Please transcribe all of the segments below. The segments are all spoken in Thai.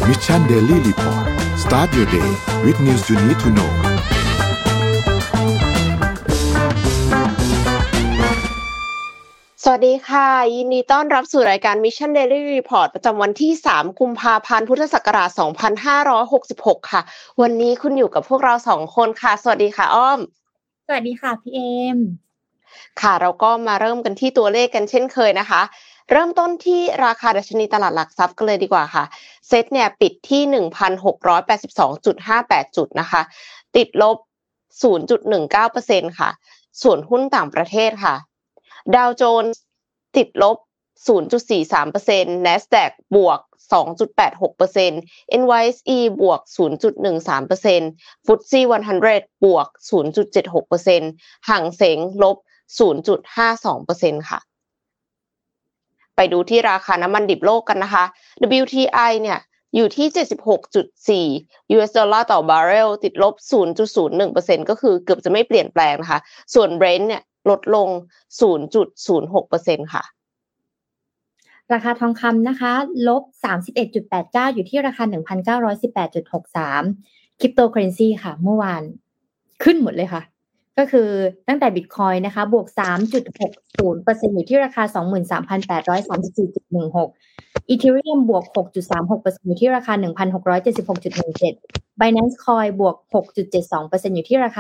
Mission Daily Report start your day with news you need to know สวัสดีค่ะยินดีต้อนรับสู่รายการ Mission Daily Report ประจำวันที่3กุมภาพันธ์พุทธศักราช2566ค่ะวันนี้คุณอยู่กับพวกเรา2คนค่ะสวัสดีค่ะอ้อมสวัสดีค่ะพี่เอมค่ะเราก็มาเริ่มกันที่ตัวเลขกันเช่นเคยนะคะเริ่มต้นที่ราคาดัชนีตลาดหลักทรัพย์กันเลยดีกว่าค่ะเซ็ตเนี่ยปิดที่ 1,682.58 จุดนะคะติดลบ 0.19% ค่ะส่วนหุ้นต่างประเทศค่ะดาวโจนส์ติดลบ 0.43% NASDAQ บวก 2.86% NYSE บวก 0.13% FTSE 100 บวก 0.76% หั่งเส็งลบ 0.52% ค่ะไปดูที่ราคาน้ำมันดิบโลกกันนะคะ WTI เนี่ยอยู่ที่ 76.4 US ดอลลาร์ต่อบาร์เรลติดลบ 0.01% ก็คือเกือบจะไม่เปลี่ยนแปลงนะคะส่วน Brent เนี่ยลดลง 0.06% ค่ะราคาทองคำนะคะลบ 31.89 อยู่ที่ราคา 1,918.63 คริปโตเคอเรนซีค่ะเมื่อวานขึ้นหมดเลยค่ะก็คือตั้งแต่ Bitcoin นะคะบวก 3.60% อยู่ที่ราคา 23,834.16 Ethereum บวก 6.36% อยู่ที่ราคา 1,676.17 Binance Coin บวก 6.72% อยู่ที่ราคา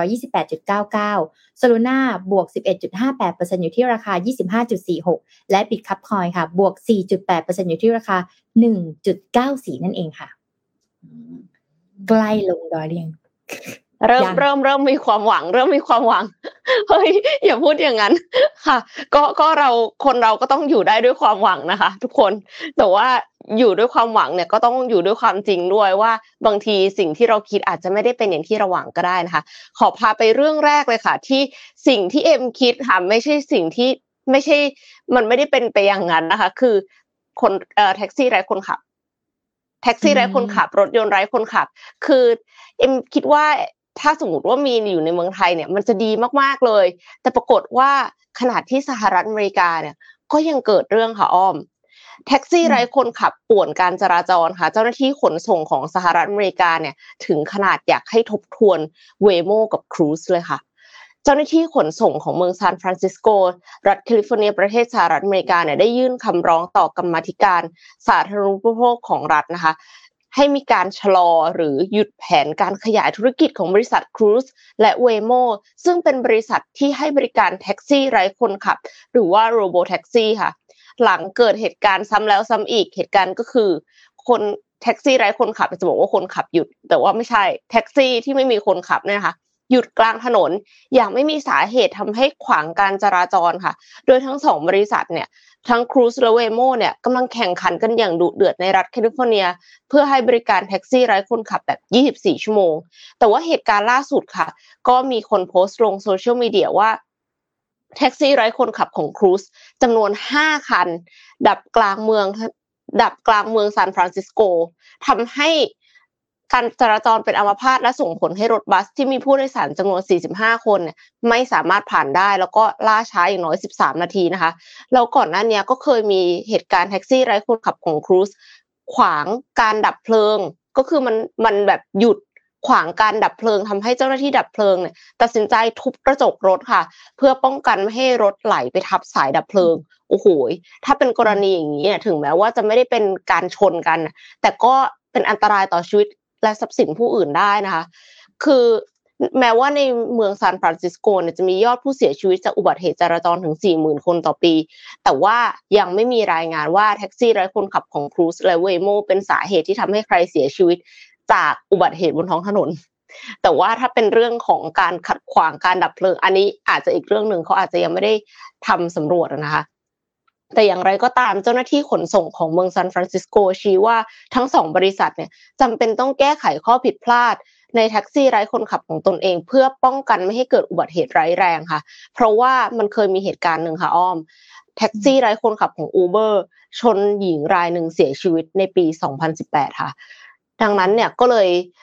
328.99 Solana บวก 11.58% อยู่ที่ราคา 25.46 และ Bitcoin ค่ะบวก 4.8% อยู่ที่ราคา 1.94 นั่นเองค่ะใกล้ลงดอยเรียงเริ่มมีความหวังเฮ้ยอย่าพูดอย่างนั้นค่ะก็คนเราก็ต้องอยู่ได้ด้วยความหวังนะคะทุกคนแต่ว่าอยู่ด้วยความหวังเนี่ยก็ต้องอยู่ด้วยความจริงด้วยว่าบางทีสิ่งที่เราคิดอาจจะไม่ได้เป็นอย่างที่เราหวังก็ได้นะคะขอพาไปเรื่องแรกเลยค่ะที่สิ่งที่เอ็มคิดค่ะไม่ใช่สิ่งที่ไม่ใช่มันไม่ได้เป็นไปอย่างนั้นนะคะคือคนแท็กซี่ไร้คนขับรถยนต์ไร้คนขับคือเอ็มคิดว่าถ้าสมมติว่ามีอยู่ในเมืองไทยเนี่ยมันจะดีมากๆเลยแต่ปรากฏว่าขนาดที่สหรัฐอเมริกาเนี่ยก็ยังเกิดเรื่องค่ะอ้อมแท็กซี่ไร้คนขับป่วนการจราจรค่ะเจ้าหน้าที่ขนส่งของสหรัฐอเมริกาเนี่ยถึงขนาดอยากให้ทบทวนเวโมกับครูซเลยค่ะเจ้าหน้าที่ขนส่งของเมืองซานฟรานซิสโกรัฐแคลิฟอร์เนียประเทศสหรัฐอเมริกาเนี่ยได้ยื่นคำร้องต่อกรรมาธิการสาธารณูปโภคของรัฐนะคะให้มีการชะลอหรือหยุดแผนการขยายธุรกิจของบริษัทครูซและเวโมซึ่งเป็นบริษัทที่ให้บริการแท็กซี่ไร้คนขับหรือว่าโรโบแท็กซี่ค่ะหลังเกิดเหตุการณ์ซ้ำแล้วซ้ำอีกเหตุการณ์ก็คือคนแท็กซี่ไร้คนขับจะบอกว่าคนขับหยุดแต่ว่าไม่ใช่แท็กซี่ที่ไม่มีคนขับเนี่ยนะคะหยุดกลางถนนอย่างไม่มีสาเหตุทำให้ขวางการจราจรค่ะโดยทั้ง2บริษัทเนี่ยทั้งครูซและเวโมเนี่ยกำลังแข่งขันกันอย่างดุเดือดในรัฐแคลิฟอร์เนียเพื่อให้บริการแท็กซี่ไร้คนขับแบบ24ชั่วโมงแต่ว่าเหตุการณ์ล่าสุดค่ะก็มีคนโพสต์ลงโซเชียลมีเดียว่าแท็กซี่ไร้คนขับของครูซจำนวน5คันดับกลางเมืองซานฟรานซิสโกทำให้การจราจรเป็นอัมพาตและส่งผลให้รถบัสที่มีผู้โดยสารจำนวน45คนเนี่ยไม่สามารถผ่านได้แล้วก็ล่าช้าอย่างน้อย13นาทีนะคะแล้วก่อนหน้านี้ก็เคยมีเหตุการณ์แท็กซี่ไร้คนขับของครูซขวางการดับเพลิงก็คือมันแบบหยุดขวางการดับเพลิงทำให้เจ้าหน้าที่ดับเพลิงเนี่ยตัดสินใจทุบกระจกรถค่ะเพื่อป้องกันไม่ให้รถไหลไปทับสายดับเพลิงโอ้โหถ้าเป็นกรณีอย่างนี้เนี่ยถึงแม้ว่าจะไม่ได้เป็นการชนกันแต่ก็เป็นอันตรายต่อชีวิตและทรัพย์สินผู้อื่นได้นะคะคือแม้ว่าในเมืองซานฟรานซิสโกเนี่ยจะมียอดผู้เสียชีวิตจากอุบัติเหตุจราจรถึง 40,000 คนต่อปีแต่ว่ายังไม่มีรายงานว่าแท็กซี่ไร้คนขับของครูซและเวโมเป็นสาเหตุที่ทำให้ใครเสียชีวิตจากอุบัติเหตุบนท้องถนนแต่ว่าถ้าเป็นเรื่องของการขัดขวางการดับเพลิงอันนี้อาจจะอีกเรื่องนึงเขาอาจจะยังไม่ได้ทำสำรวจนะคะแต่อย่างไรก็ตามเจ้าหน้าที่ขนส่งของเมืองซานฟรานซิสโกชี้ว่าทั้ง2บริษัทเนี่ยจำเป็นต้องแก้ไขข้อผิดพลาดในแท็กซี่ไร้คนขับของตนเองเพื่อป้องกันไม่ให้เกิดอุบัติเหตุร้ายแรงค่ะเพราะว่ามันเคยมีเหตุการณ์นึงค่ะอ้อมแท็กซี่ไร้คนขับของ Uber ชนหญิงรายนึงเสียชีวิตในปี2018ค่ะดังนั้นเนี่ยก็เลย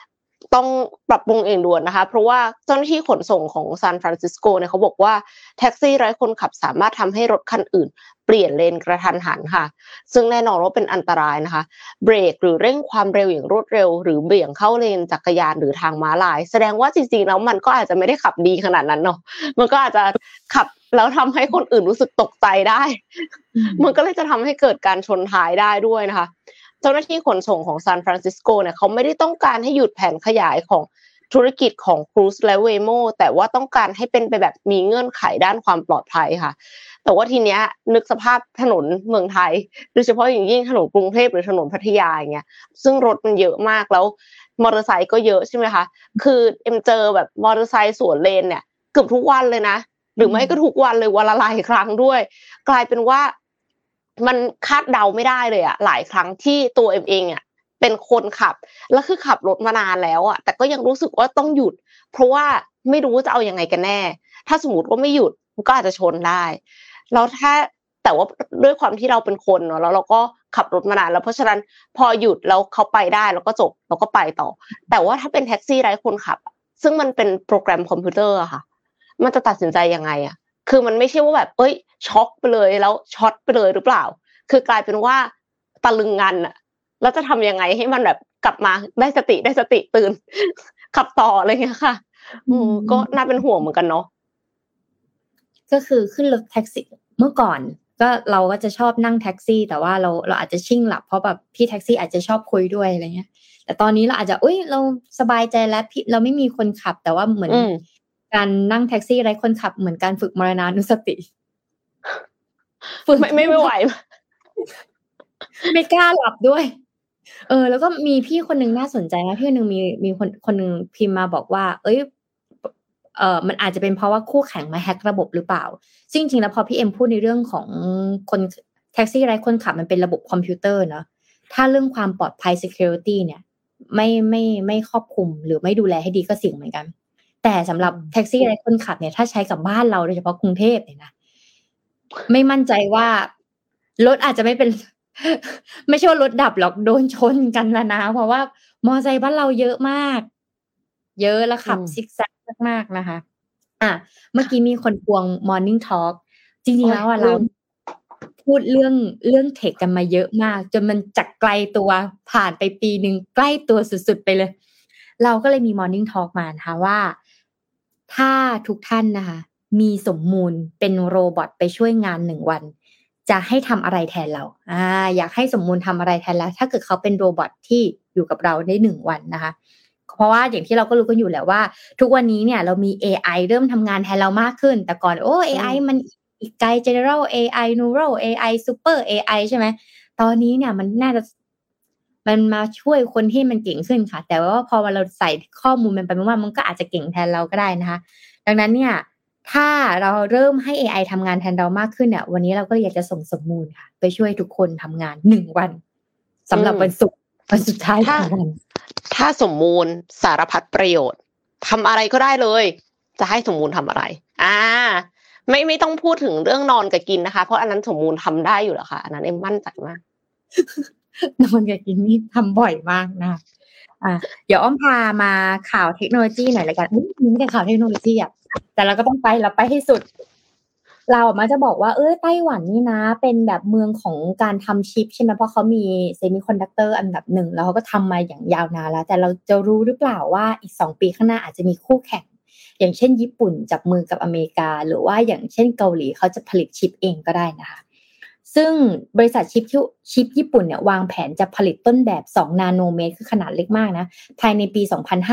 ต้องปรับปรุงเองด่วนนะคะเพราะว่าเจ้าหน้าที่ขนส่งของซานฟรานซิสโกเนี่ยเขาบอกว่าแท็กซี่ไร้คนขับสามารถทำให้รถคันอื่นเปลี่ยนเลนกระทันหันค่ะซึ่งแน่นอนว่าเป็นอันตรายนะคะเบรกหรือเร่งความเร็วอย่างรวดเร็วหรือเบี่ยงเข้าเลนจักรยานหรือทางม้าลายแสดงว่าจริงๆแล้วมันก็อาจจะไม่ได้ขับดีขนาดนั้นเนาะมันก็อาจจะขับแล้วทำให้คนอื่นรู้สึกตกใจได้มันก็เลยจะทำให้เกิดการชนท้ายได้ด้วยนะคะเจ้าหน้าที่ขนส่งของซานฟรานซิสโกเนี่ยเขาไม่ได้ต้องการให้หยุดแผนขยายของธุรกิจของครูซและเวโมแต่ว่าต้องการให้เป็นไปแบบมีเงื่อนไขด้านความปลอดภัยค่ะแต่ว่าทีเนี้ยนึกสภาพถนนเมืองไทยโดยเฉพาะอย่างยิ่งถนนกรุงเทพหรือถนนพัทยาอย่างเงี้ยซึ่งรถมันเยอะมากแล้วมอเตอร์ไซค์ก็เยอะใช่ไหมคะคือเอ็มเจอแบบมอเตอร์ไซค์สวนเลนเนี่ยเกือบทุกวันเลยนะหรือไม่ก็ทุกวันเลยวันละหลายครั้งด้วยกลายเป็นว่ามันคาดเดาไม่ได้เลยอะหลายครั้งที่ตัวเอ็มเองอะเป็นคนขับแล้วคือขับรถมานานแล้วอะแต่ก็ยังรู้สึกว่าต้องหยุดเพราะว่าไม่รู้จะเอายังไงกันแน่ถ้าสมมติว่าไม่หยุดก็อาจจะชนได้แล้วแต่ว่าด้วยความที่เราเป็นคนเนาะแล้วเราก็ขับรถมานานแล้วเพราะฉะนั้นพอหยุดแล้วเขาไปได้แล้วก็จบแล้วก็ไปต่อแต่ว่าถ้าเป็นแท็กซี่ไร้คนขับซึ่งมันเป็นโปรแกรมคอมพิวเตอร์อะค่ะมันจะตัดสินใจยังไงอะคือมันไม่ใช่ว่าแบบช็อกไปเลยแล้วช็อตไปเลยหรือเปล่าคือกลายเป็นว่าตะลึงงันอะแล้วจะทำยังไงให้มันแบบกลับมาได้สติตื่น ขับต่ออะไรเงี้ยค่ะก็น่าเป็นห่วงเหมือนกันเนาะก็คือขึ้นรถแท็กซี่เมื่อก่อนก็เราก็จะชอบนั่งแท็กซี่แต่ว่าเราอาจจะชิ่งหลับเพราะแบบพี่แท็กซี่อาจจะชอบคุยด้วยอะไรเงี้ยแต่ตอนนี้เราอาจจะเราสบายใจแล้วเราไม่มีคนขับแต่ว่าเหมือนการนั่งแท็กซี่ไร้คนขับเหมือนการฝึกมรณานุสติฝึกไม่ไหวไม่กล้าหลับด้วยแล้วก็มีพี่คนนึงน่าสนใจนะพี่คนนึงมีคนนึงพิมพ์มาบอกว่ามันอาจจะเป็นเพราะว่าคู่แข่งมาแฮ็กระบบหรือเปล่าซึ่งจริงๆแล้วพอพี่เอ็มพูดในเรื่องของคนแท็กซี่ไร้คนขับมันเป็นระบบคอมพิวเตอร์เนาะถ้าเรื่องความปลอดภัย security เนี่ยไม่ครอบคลุมหรือไม่ดูแลให้ดีก็เสี่ยงเหมือนกันแต่สำหรับแท็กซี่ไร้คนขับเนี่ยถ้าใช้กับบ้านเราโดยเฉพาะกรุงเทพเนี่ยนะไม่มั่นใจว่ารถอาจจะไม่เป็นไม่ใช่ว่ารถดับหรอกโดนชนกันแล้วนะเพราะว่ามอเตอร์ไซค์บ้านเราเยอะมากเยอะแล้วขับซิกแซกมากๆนะคะเมื่อกี้มีคนพวง Morning Talk จริงๆแล้วเราพูดเรื่องเทคกันมาเยอะมากจนมันจักไกลตัวผ่านไปปีนึงใกล้ตัวสุดๆไปเลยเราก็เลยมี Morning Talk มานะคะว่าถ้าทุกท่านนะคะมีสมมูลเป็นโรบอทไปช่วยงาน1วันจะให้ทำอะไรแทนเราอยากให้สมมูลทำอะไรแทนแล้วถ้าเกิดเขาเป็นโรบอทที่อยู่กับเราได้1วันนะคะเพราะว่าอย่างที่เราก็รู้กันอยู่แล้วว่าทุกวันนี้เนี่ยเรามี AI เริ่มทำงานแทนเรามากขึ้นแต่ก่อนAI มันอีกไกล General AI Neural AI Super AI ใช่ไหมตอนนี้เนี่ยมันน่าจะมันมาช่วยคนที่มันเก่งขึ้นค่ะแต่ว่าพอเราใส่ข้อมูลมันไปว่ามันก็อาจจะเก่งแทนเราก็ได้นะคะดังนั้นเนี่ยถ้าเราเริ่มให้ AI ทำงานแทนเรามากขึ้นเนี่ยวันนี้เราก็อยากจะส่งสมมูลค่ะไปช่วยทุกคนทำงาน1วันสำหรับวันศุกร์วันสุดท้ายของวันถ้าสมมูลสารพัดประโยชน์ทำอะไรก็ได้เลยจะให้สมมูลทำอะไรไม่ต้องพูดถึงเรื่องนอนกับกินนะคะเพราะอันนั้นสมมูลทำได้อยู่แล้วค่ะอันนั้นเอ็มมั่นใจมากนอนกับกินนี่ทำบ่อยมากนะเดี๋ยวอ้อมพามาข่าวเทคโนโลยีหน่อยละกันไม่ได้ข่าวเทคโนโลยีแต่เราก็ต้องเราไปให้สุดเรามาจะบอกว่าไต้หวันนี่นะเป็นแบบเมืองของการทำชิปใช่ไหมเพราะเขามีเซมิคอนดักเตอร์อันดับ1แล้วเขาก็ทำมาอย่างยาวนานแล้วแต่เราจะรู้หรือเปล่าว่าอีก2ปีข้างหน้าอาจจะมีคู่แข่งอย่างเช่นญี่ปุ่นจับมือกับอเมริกาหรือว่าอย่างเช่นเกาหลีเขาจะผลิตชิปเองก็ได้นะคะซึ่งบริษัทชิปญี่ปุ่นเนี่ยวางแผนจะผลิตต้นแบบ2นาโนเมตรคือขนาดเล็กมากนะภายในปี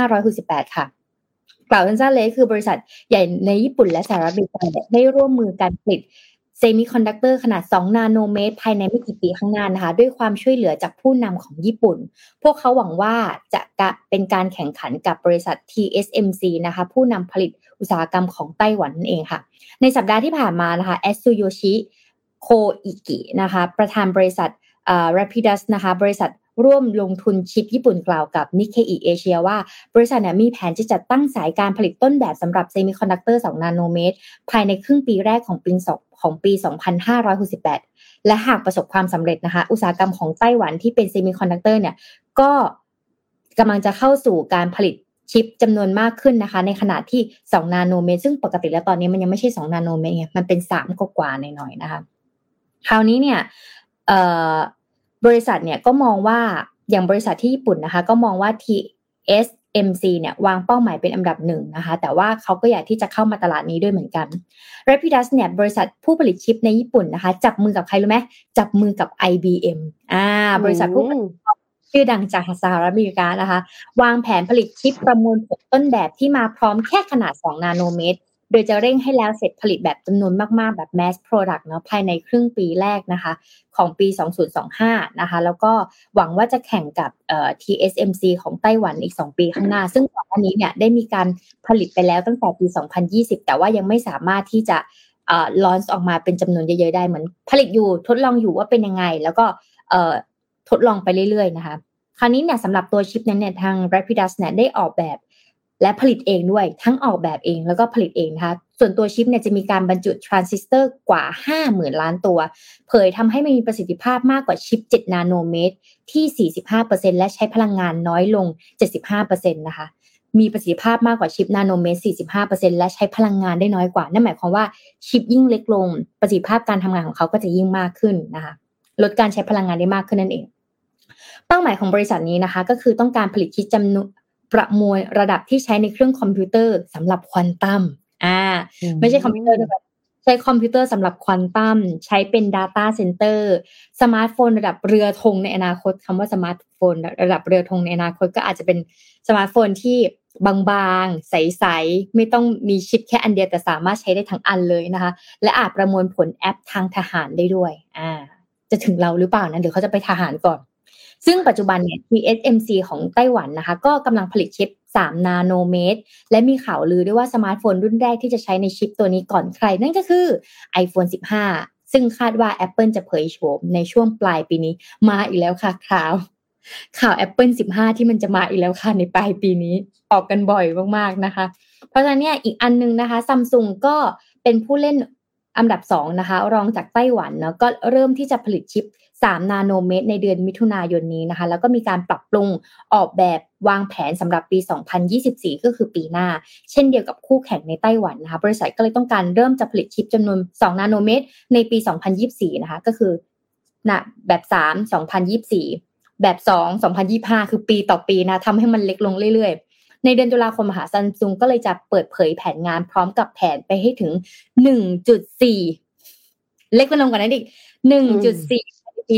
2568ค่ะกล่าวสั้นๆเลยคือบริษัทใหญ่ในญี่ปุ่นและสหรัฐอเมริกาได้ร่วมมือการผลิตเซมิคอนดักเตอร์ขนาด2นาโนเมตรภายในไม่กี่ปีข้างหน้านะคะด้วยความช่วยเหลือจากผู้นำของญี่ปุ่นพวกเขาหวังว่าจะเป็นการแข่งขันกับบริษัท TSMC นะคะผู้นำผลิตอุตสาหกรรมของไต้หวันนั่นเองค่ะในสัปดาห์ที่ผ่านมานะคะ Atsuyoshi Koike นะคะประธานบริษัทRapidus นะคะบริษัทร่วมลงทุนชิปญี่ปุ่นกล่าวกับ Nikkei Asia ว่าบริษัทมีแผนจะจัดตั้งสายการผลิตต้นแบบสำหรับเซมิคอนดักเตอร์2นาโนเมตรภายในครึ่งปีแรกของปี 2568 และหากประสบความสำเร็จนะคะอุตสาหกรรมของไต้หวันที่เป็นเซมิคอนดักเตอร์เนี่ยก็กำลังจะเข้าสู่การผลิตชิปจำนวนมากขึ้นนะคะในขนาดที่2นาโนเมตรซึ่งปกติแล้วตอนนี้มันยังไม่ใช่2นาโนเมตรไงมันเป็น3กว่าๆหน่อยๆนะคะคราวนี้เนี่ยบริษัทเนี่ยก็มองว่าอย่างบริษัทที่ญี่ปุ่นนะคะก็มองว่า TSMC เนี่ยวางเป้าหมายเป็นอันดับ1นะคะแต่ว่าเขาก็อยากที่จะเข้ามาตลาดนี้ด้วยเหมือนกัน Rapidus เนี่ยบริษัทผู้ผลิตชิปในญี่ปุ่นนะคะจับมือกับใครรู้ไหมจับมือกับ IBM บริษัทผู้ผลิตชื่อดังจากสหรัฐอเมริกานะคะวางแผนผลิตชิปประมวลผลต้นแบบที่มาพร้อมแค่ขนาด2นาโนเมตรโดยจะเร่งให้แล้วเสร็จผลิตแบบจำนวนมากๆแบบ mass product เนาะภายในครึ่งปีแรกนะคะของปี2025นะคะแล้วก็หวังว่าจะแข่งกับTSMC ของไต้หวันอีก2ปีข้างหน้าซึ่งก่อนหน้านี้เนี่ยได้มีการผลิตไปแล้วตั้งแต่ปี2020แต่ว่ายังไม่สามารถที่จะlaunch ออกมาเป็นจำนวนเยอะๆได้เหมือนผลิตอยู่ทดลองอยู่ว่าเป็นยังไงแล้วก็ทดลองไปเรื่อยๆนะคะคราวนี้เนี่ยสำหรับตัวชิปนั้นเนี่ยทาง Rapidus เนี่ยได้ออกแบบและผลิตเองด้วยทั้งออกแบบเองแล้วก็ผลิตเองนะคะส่วนตัวชิปเนี่ยจะมีการบรรจุทรานซิสเตอร์กว่า 50,000 ล้านตัวเผยทำให้มันมีประสิทธิภาพมากกว่าชิป7นาโนเมตรที่ 45% และใช้พลังงานน้อยลง 75% นะคะมีประสิทธิภาพมากกว่าชิปนาโนเมตร 45% และใช้พลังงานได้น้อยกว่านั่นหมายความว่าชิปยิ่งเล็กลงประสิทธิภาพการทำงานของเขาก็จะยิ่งมากขึ้นนะคะลดการใช้พลังงานได้มากขึ้นนั่นเองเป้าหมายของบริษัทนี้นะคะก็คือต้องการผลิตชิปจำนวนประมวลระดับที่ใช้ในเครื่องคอมพิวเตอร์สำหรับควอนตัมไม่ใช่คอมพิวเตอร์แบบใช้คอมพิวเตอร์สำหรับควอนตัมใช้เป็น Data Center สมาร์ทโฟนระดับเรือธงในอนาคตคำว่าสมาร์ทโฟนระดับเรือธงในอนาคตก็อาจจะเป็นสมาร์ทโฟนที่บางๆใสๆไม่ต้องมีชิปแค่อันเดียวแต่สามารถใช้ได้ทั้งอันเลยนะคะและอาจประมวลผลแอปทางทหารได้ด้วยจะถึงเราหรือเปล่านะเดี๋ยวเขาจะไปทหารก่อนซึ่งปัจจุบันเนี่ย TSMC ของไต้หวันนะคะก็กำลังผลิตชิป3นาโนเมตรและมีข่าวลือด้วยว่าสมาร์ทโฟนรุ่นแรกที่จะใช้ในชิปตัวนี้ก่อนใครนั่นก็คือ iPhone 15 ซึ่งคาดว่า Apple จะเผยโฉมในช่วงปลายปีนี้มาอีกแล้วค่ะข่าว Apple 15 ที่มันจะมาอีกแล้วค่ะในปลายปีนี้ออกกันบ่อยมากๆนะคะเพราะฉะนั้นเนี่ยอีกอันนึงนะคะ Samsung ก็เป็นผู้เล่นอันดับ2นะคะรองจากไต้หวันเนาะก็เริ่มที่จะผลิตชิป3นาโนเมตรในเดือนมิถุนายนนี้นะคะแล้วก็มีการปรับปรุงออกแบบวางแผนสำหรับปี2024ก็คือปีหน้าเช่นเดียวกับคู่แข่งในไต้หวันนะคะบริษัทก็เลยต้องการเริ่มจะผลิตชิปจำนวน2นาโนเมตรในปี2024นะคะก็คือแบบ3 2024แบบ2 2025คือปีต่อปีนะทำให้มันเล็กลงเรื่อยๆในเดือนตุลาคมSamsung ก็เลยจะเปิดเผยแผนงานพร้อมกับแผนไปให้ถึง 1.4 เล็กลงกว่านั้นอีก 1.4 ปี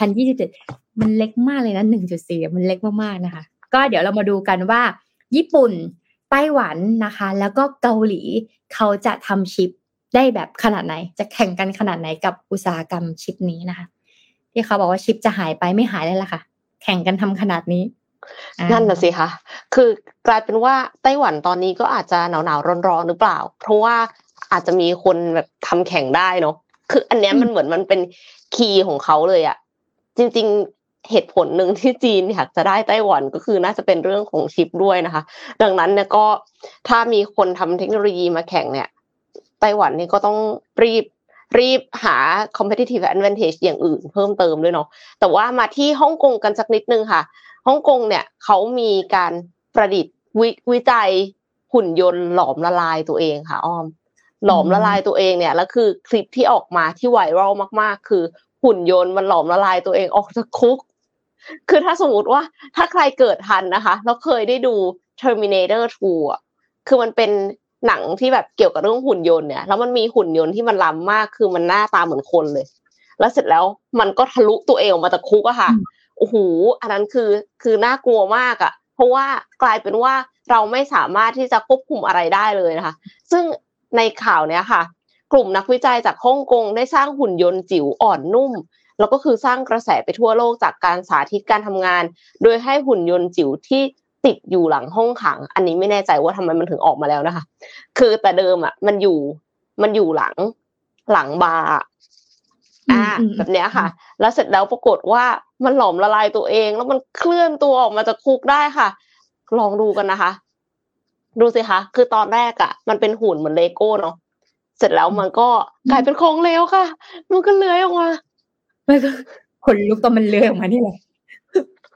2027มันเล็กมากเลยนะ 1.4 มันเล็กมากๆนะคะก็เดี๋ยวเรามาดูกันว่าญี่ปุ่นไต้หวันนะคะแล้วก็เกาหลีเขาจะทำชิปได้แบบขนาดไหนจะแข่งกันขนาดไหนกับอุตสาหกรรมชิปนี้นะคะที่เขาบอกว่าชิปจะหายไปไม่หายเลยล่ะค่ะแข่งกันทำขนาดนี้นั่นน่ะสิคะคือกลายเป็นว่าไต้หวันตอนนี้ก็อาจจะหนาวๆร้อนๆหรือเปล่าเพราะว่าอาจจะมีคนแบบทำแข่งได้เนาะคืออันเนี้ยมันเหมือนมันเป็นคีย์ของเขาเลยอะจริงๆเหตุผลหนึ่งที่จีนอยากจะได้ไต้หวันก็คือน่าจะเป็นเรื่องของชิปด้วยนะคะดังนั้นเนี่ยก็ถ้ามีคนทำเทคโนโลยีมาแข่งเนี่ยไต้หวันนี่ก็ต้องรีบหา competitive advantage อย่างอื่นเพิ่มเติมด้วยเนาะแต่ว่ามาที่ฮ่องกงกันสักนิดนึงค่ะฮ่องกงเนี่ยเขามีการประดิษฐ์วิจัยหุ่นยนต์หลอมละลายตัวเองค่ะอ้อมหลอมละลายตัวเองเนี่ยแล้วคือคลิปที่ออกมาที่ไวรัลมากๆคือหุ่นยนต์มันหลอมละลายตัวเองออกจากคุกคือถ้าสมมติว่าถ้าใครเกิดทันนะคะแล้วเคยได้ดู Terminator 2 อ่ะคือมันเป็นหนังที่แบบเกี่ยวกับเรื่องหุ่นยนต์เนี่ยแล้วมันมีหุ่นยนต์ที่มันล้ำมากคือมันหน้าตาเหมือนคนเลยแล้วเสร็จแล้วมันก็ทะลุตัวเองออกมาจากคุกอะค่ะโอ้โหอันนั้นคือน่ากลัวมากอะเพราะว่ากลายเป็นว่าเราไม่สามารถที่จะควบคุมอะไรได้เลยนะคะซึ่งในข่าวเนี้ยค่ะกลุ่มนักวิจัยจากฮ่องกงได้สร้างหุ่นยนต์จิ๋วอ่อนนุ่มแล้วก็คือสร้างกระแสไปทั่วโลกจากการสาธิตการทำงานโดยให้หุ่นยนต์จิ๋วที่ติดอยู่หลังห้องขังอันนี้ไม่แน่ใจว่าทำไมมันถึงออกมาแล้วนะคะคือแต่เดิมอ่ะมันอยู่หลังบาร์แบบเนี้ยค่ะแล้วเสร็จแล้วปรากฏว่ามันหลอมละลายตัวเองแล้วมันเคลื่อนตัวออกมาจากคุกได้ค่ะลองดูกันนะคะดูสิคะคือตอนแรกอ่ะมันเป็นหุ่นเหมือนเลโก้เนาะเสร็จแล้วมันก็กลายเป็นของเหลวค่ะมันก็เลื้อยออกมามันก็ขนลุกตอนมันเลื้อยออกมานี่แหละ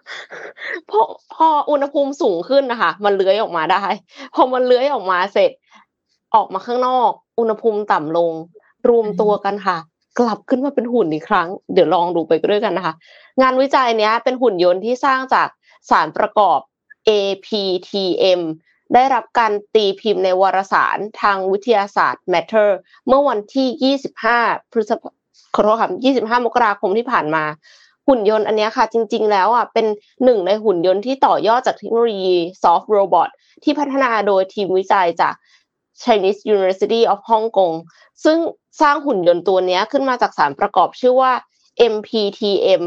พออุณหภูมิสูงขึ้นนะคะมันเลื้อยออกมาได้พอมันเลื้อยออกมาเสร็จออกมาข้างนอกอุณหภูมิต่ำลงรวมตัวกันค่ะกลับขึ้นมาเป็นหุ่นอีกครั้งเดี๋ยวลองดูไปด้วยกันนะคะงานวิจัยเนี้ยเป็นหุ่นยนต์ที่สร้างจากสารประกอบ APTM ได้รับการตีพิมพ์ในวารสารทางวิทยาศาสตร์ Matter เมื่อวันที่25 มกราคมที่ผ่านมาหุ่นยนต์อันนี้ค่ะจริงๆแล้วอ่ะเป็นหนึ่งในหุ่นยนต์ที่ต่อยอดจากเทคโนโลยี Soft Robot ที่พัฒนาโดยทีมวิจัยจาก Chinese University of Hong Kong ซึ่งสร้างหุ่นยนต์ตัวนี้ขึ้นมาจากสารประกอบชื่อว่า MPTM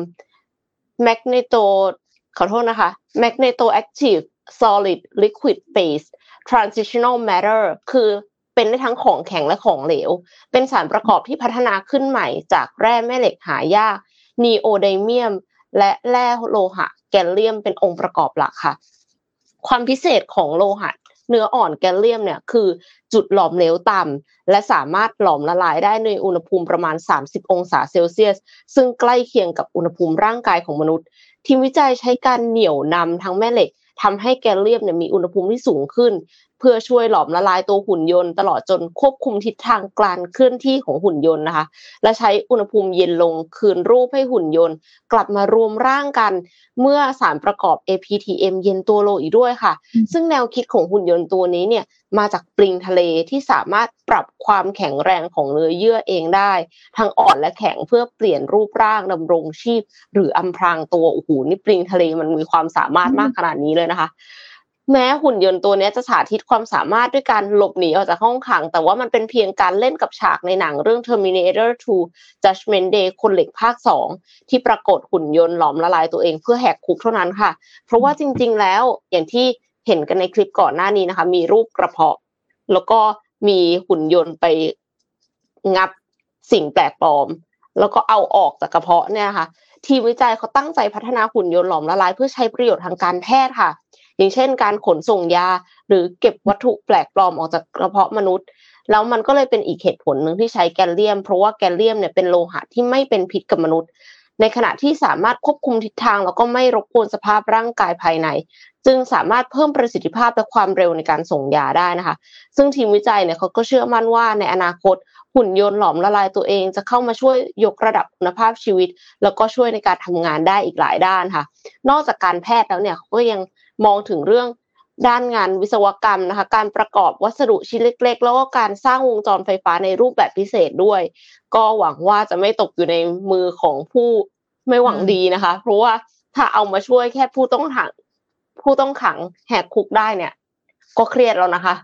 Magneto-active solid liquid phase transitional matter คือเป็นได้ทั้งของแข็งและของเหลวเป็นสารประกอบที่พัฒนาขึ้นใหม่จากแร่แม่เหล็กหายากนีโอไดเมียมและแร่โลหะแกลเลียมเป็นองค์ประกอบหลักค่ะความพิเศษของโลหะเนื้ออ่อนแกลเลียมเนี่ยคือจุดหลอมเหลวต่ำและสามารถหลอมละลายได้ในอุณหภูมิประมาณ30องศาเซลเซียสซึ่งใกล้เคียงกับอุณหภูมิร่างกายของมนุษย์ทีมวิจัยใช้การเหนี่ยวนำทั้งแม่เหล็กทำให้แกลเลียมเนี่ยมีอุณหภูมิที่สูงขึ้นเพื่อช่วยหลอมละลายตัวหุ่นยนต์ตลอดจนควบคุมทิศทางการเคลื่อนที่ของหุ่นยนต์นะคะและใช้อุณหภูมิเย็นลงคืนรูปให้หุ่นยนต์กลับมารวมร่างกันเมื่อสารประกอบ APTM เย็นตัวลงอีกด้วยค่ะซึ่งแนวคิดของหุ่นยนต์ตัวนี้เนี่ยมาจากปลิงทะเลที่สามารถปรับความแข็งแรงของเนื้อเยื่อเองได้ทั้งอ่อนและแข็งเพื่อเปลี่ยนรูปร่างดำรงชีพหรืออำพรางตัวโอ้โหนี่ปลิงทะเลมันมีความสามารถมากขนาดนี้เลยนะคะแม้หุ่นยนต์ตัวนี้จะสาธิตความสามารถด้วยการหลบหนีออกจากห้องขังแต่ว่ามันเป็นเพียงการเล่นกับฉากในหนังเรื่อง Terminator 2 Judgment Day คนเหล็กภาค 2 ที่ปรากฏหุ่นยนต์หลอมละลายตัวเองเพื่อแหกคุกเท่านั้นค่ะเพราะว่าจริงๆแล้วอย่างที่เห็นกันในคลิปก่อนหน้านี้นะคะมีรูปกระเพาะแล้วก็มีหุ่นยนต์ไปงับสิ่งแปลกปลอมแล้วก็เอาออกจากกระเพาะเนี่ยค่ะทีมวิจัยเขาตั้งใจพัฒนาหุ่นยนต์หลอมละลายเพื่อใช้ประโยชน์ทางการแพทย์ค่ะอย่างเช่นการขนส่งยาหรือเก็บวัตถุแปลกปลอมออกจากกระเพาะมนุษย์แล้วมันก็เลยเป็นอีกเหตุผลหนึ่งที่ใช้แกลเลียมเพราะว่าแกลเลียมเนี่ยเป็นโลหะที่ไม่เป็นพิษกับมนุษย์ในขณะที่สามารถควบคุมทิศทางแล้วก็ไม่รบกวนสภาพร่างกายภายในจึงสามารถเพิ่มประสิทธิภาพและความเร็วในการส่งยาได้นะคะซึ่งทีมวิจัยเนี่ยเขาก็เชื่อมั่นว่าในอนาคตหุ่นยนต์หลอมละลายตัวเองจะเข้ามาช่วยยกระดับคุณภาพชีวิตแล้วก็ช่วยในการทำงานได้อีกหลายด้านค่ะนอกจากการแพทย์แล้วเนี่ยเขาก็ยังมองถึงเรื่องด้านงานวิศวกรรมนะคะการประกอบวัสดุชิ้นเล็กๆแล้วก็การสร้างวงจรไฟฟ้าในรูปแบบพิเศษด้วยก็หวังว่าจะไม่ตกอยู่ในมือของผู้ไม่หวังดีนะคะเพราะว่าถ้าเอามาช่วยแค่ผู้ต้องขังแหกคุกได้เนี่ยก็เครียดแล้วนะคะ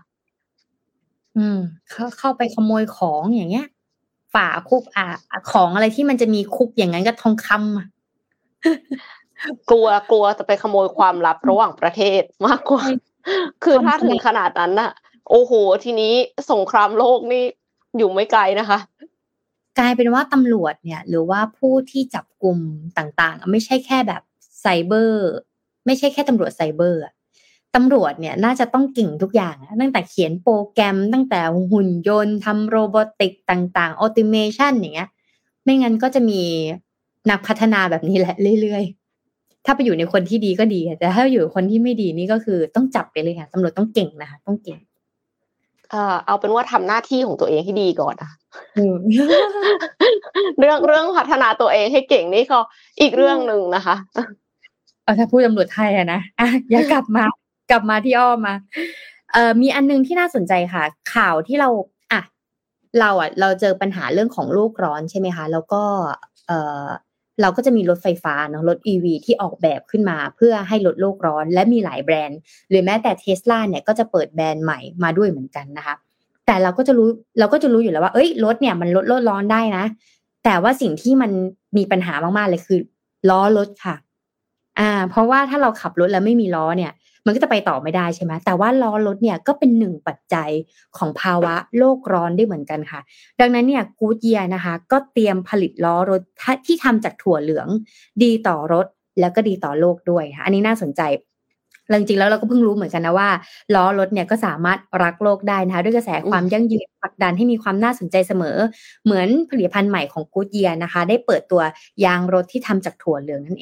เข้าไปขโมยของอย่างเงี้ยฝ่าคุกของอะไรที่มันจะมีคุกอย่างนั้นก็ทองคำกลัวจะไปขโมยความลับระหว่างประเทศมากกว่าคือถ้าถึงขนาดนั้นน่ะโอ้โหทีนี้สงครามโลกนี่อยู่ไม่ไกลนะคะกลายเป็นว่าตำรวจเนี่ยหรือว่าผู้ที่จับกลุ่มต่างๆไม่ใช่แค่แบบไซเบอร์ไม่ใช่แค่ตำรวจไซเบอร์ตำรวจเนี่ยน่าจะต้องเก่งทุกอย่างตั้งแต่เขียนโปรแกรมตั้งแต่หุ่นยนต์ทำโรบอติกต่างๆออโตเมชันอย่างเงี้ยไม่งั้นก็จะมีนักพัฒนาแบบนี้แหละเรื่อยๆถ้าไปอยู่ในคนที่ดีก็ดีแต่ถ้าอยู่คนที่ไม่ดีนี่ก็คือต้องจับไปเลยค่ะตำรวจต้องเก่งนะคะต้องเก่งเอาเป็นว่าทำหน้าที่ของตัวเองให้ดีก่อนนะเรื่องพัฒนาตัวเองให้เก่งนี่ก็อีกเรื่องนึงนะคะถ้าพูดตำรวจไทยนะอย่ากลับมาที่อ้อมมามีอันนึงที่น่าสนใจค่ะข่าวที่เราเจอปัญหาเรื่องของโลกร้อนใช่ไหมคะแล้วก็เราก็จะมีรถไฟฟ้าเนาะรถ EV ที่ออกแบบขึ้นมาเพื่อให้ลดโลกร้อนและมีหลายแบรนด์หรือแม้แต่ Tesla เนี่ยก็จะเปิดแบรนด์ใหม่มาด้วยเหมือนกันนะคะแต่เราก็จะรู้อยู่แล้วว่ารถเนี่ยมันลดโลกร้อนได้นะแต่ว่าสิ่งที่มันมีปัญหามากๆเลยคือล้อรถค่ะเพราะว่าถ้าเราขับรถแล้วไม่มีล้อเนี่ยมันก็จะไปต่อไม่ได้ใช่ไหมแต่ว่าล้อรถเนี่ยก็เป็นหนึ่งปัจจัยของภาวะโลกร้อนได้เหมือนกันค่ะดังนั้นเนี่ยกู๊ดเยียร์นะคะก็เตรียมผลิตล้อรถที่ทำจากถั่วเหลืองดีต่อรถแล้วก็ดีต่อโลกด้วยค่ะอันนี้น่าสนใจจริงๆแล้วเราก็เพิ่งรู้เหมือนกันนะว่าล้อรถเนี่ยก็สามารถรักโลกได้นะคะด้วยกระแสความยั่งยืนผลักดันให้มีความน่าสนใจเสมอเหมือนผลิตภัณฑ์ใหม่ของกู๊ดเยียร์นะคะได้เปิดตัวยางรถที่ทำจากถั่วเหลืองนั่นเองค่ะ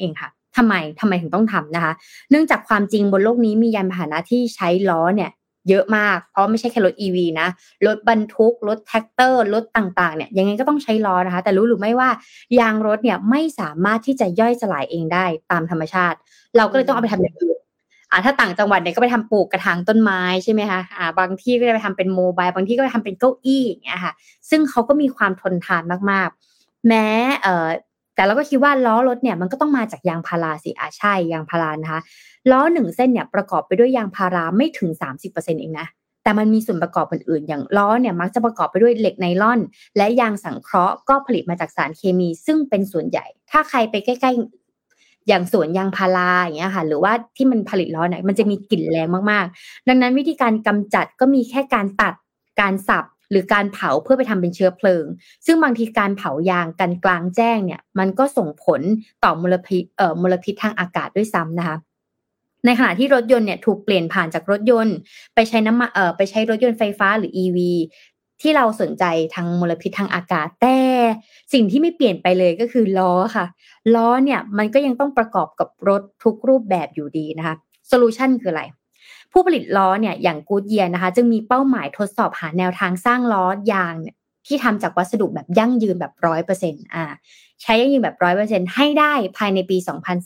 ทำไมถึงต้องทำนะคะเนื่องจากความจริงบนโลกนี้มียานพาหนะที่ใช้ล้อเนี่ยเยอะมากเพราะไม่ใช่แค่รถ EV นะรถบรรทุกรถแท็กเตอร์รถต่างๆเนี่ยยังไงก็ต้องใช้ล้อนะคะแต่รู้หรือไม่ว่ายางรถเนี่ยไม่สามารถที่จะย่อยสลายเองได้ตามธรรมชาติเราก็เลยต้องเอาไปทำอย่างอื่นถ้าต่างจังหวัดเนี่ยก็ไปทำปลูกกระถางต้นไม้ใช่ไหมคะบางที่ก็จะไปทำเป็นโมบายบางที่ก็ไปทำเป็นเก้าอี้อย่างเงี้ยค่ะซึ่งเขาก็มีความทนทานมากๆแม้แต่เราก็คิดว่าล้อรถเนี่ยมันก็ต้องมาจากยางพาราสิใช่ยางพารานะคะล้อ1เส้นเนี่ยประกอบไปด้วยยางพาราไม่ถึง 30% เองนะแต่มันมีส่วนประกอบอื่นๆอย่างล้อเนี่ยมักจะประกอบไปด้วยเหล็กไนลอนและยางสังเคราะห์ก็ผลิตมาจากสารเคมีซึ่งเป็นส่วนใหญ่ถ้าใครไปใกล้ๆอย่างสวนยางพาราอย่างเงี้ยค่ะหรือว่าที่มันผลิตล้อเนี่ยมันจะมีกลิ่นแรงมากๆดังนั้นวิธีการกำจัดก็มีแค่การตัดการสับหรือการเผาเพื่อไปทำเป็นเชื้อเพลิงซึ่งบางทีการเผายางกันกลางแจ้งเนี่ยมันก็ส่งผลต่อมลพิษทางอากาศด้วยซ้ำนะคะในขณะที่รถยนต์เนี่ยถูกเปลี่ยนผ่านจากรถยนต์ไปใช้ไปใช้รถยนต์ไฟฟ้าหรือ EV ที่เราสนใจทางมลพิษทางอากาศแต่สิ่งที่ไม่เปลี่ยนไปเลยก็คือล้อค่ะล้อเนี่ยมันก็ยังต้องประกอบกับรถทุกรูปแบบอยู่ดีนะคะโซลูชันคืออะไรผู้ผลิตล้อเนี่ยอย่าง Goodyear นะคะจึงมีเป้าหมายทดสอบหาแนวทางสร้างล้อยางเนี่ยที่ทำจากวัสดุแบบยั่งยืนแบบ 100% ใช้ยั่งยืนแบบ 100% ให้ได้ภายในปี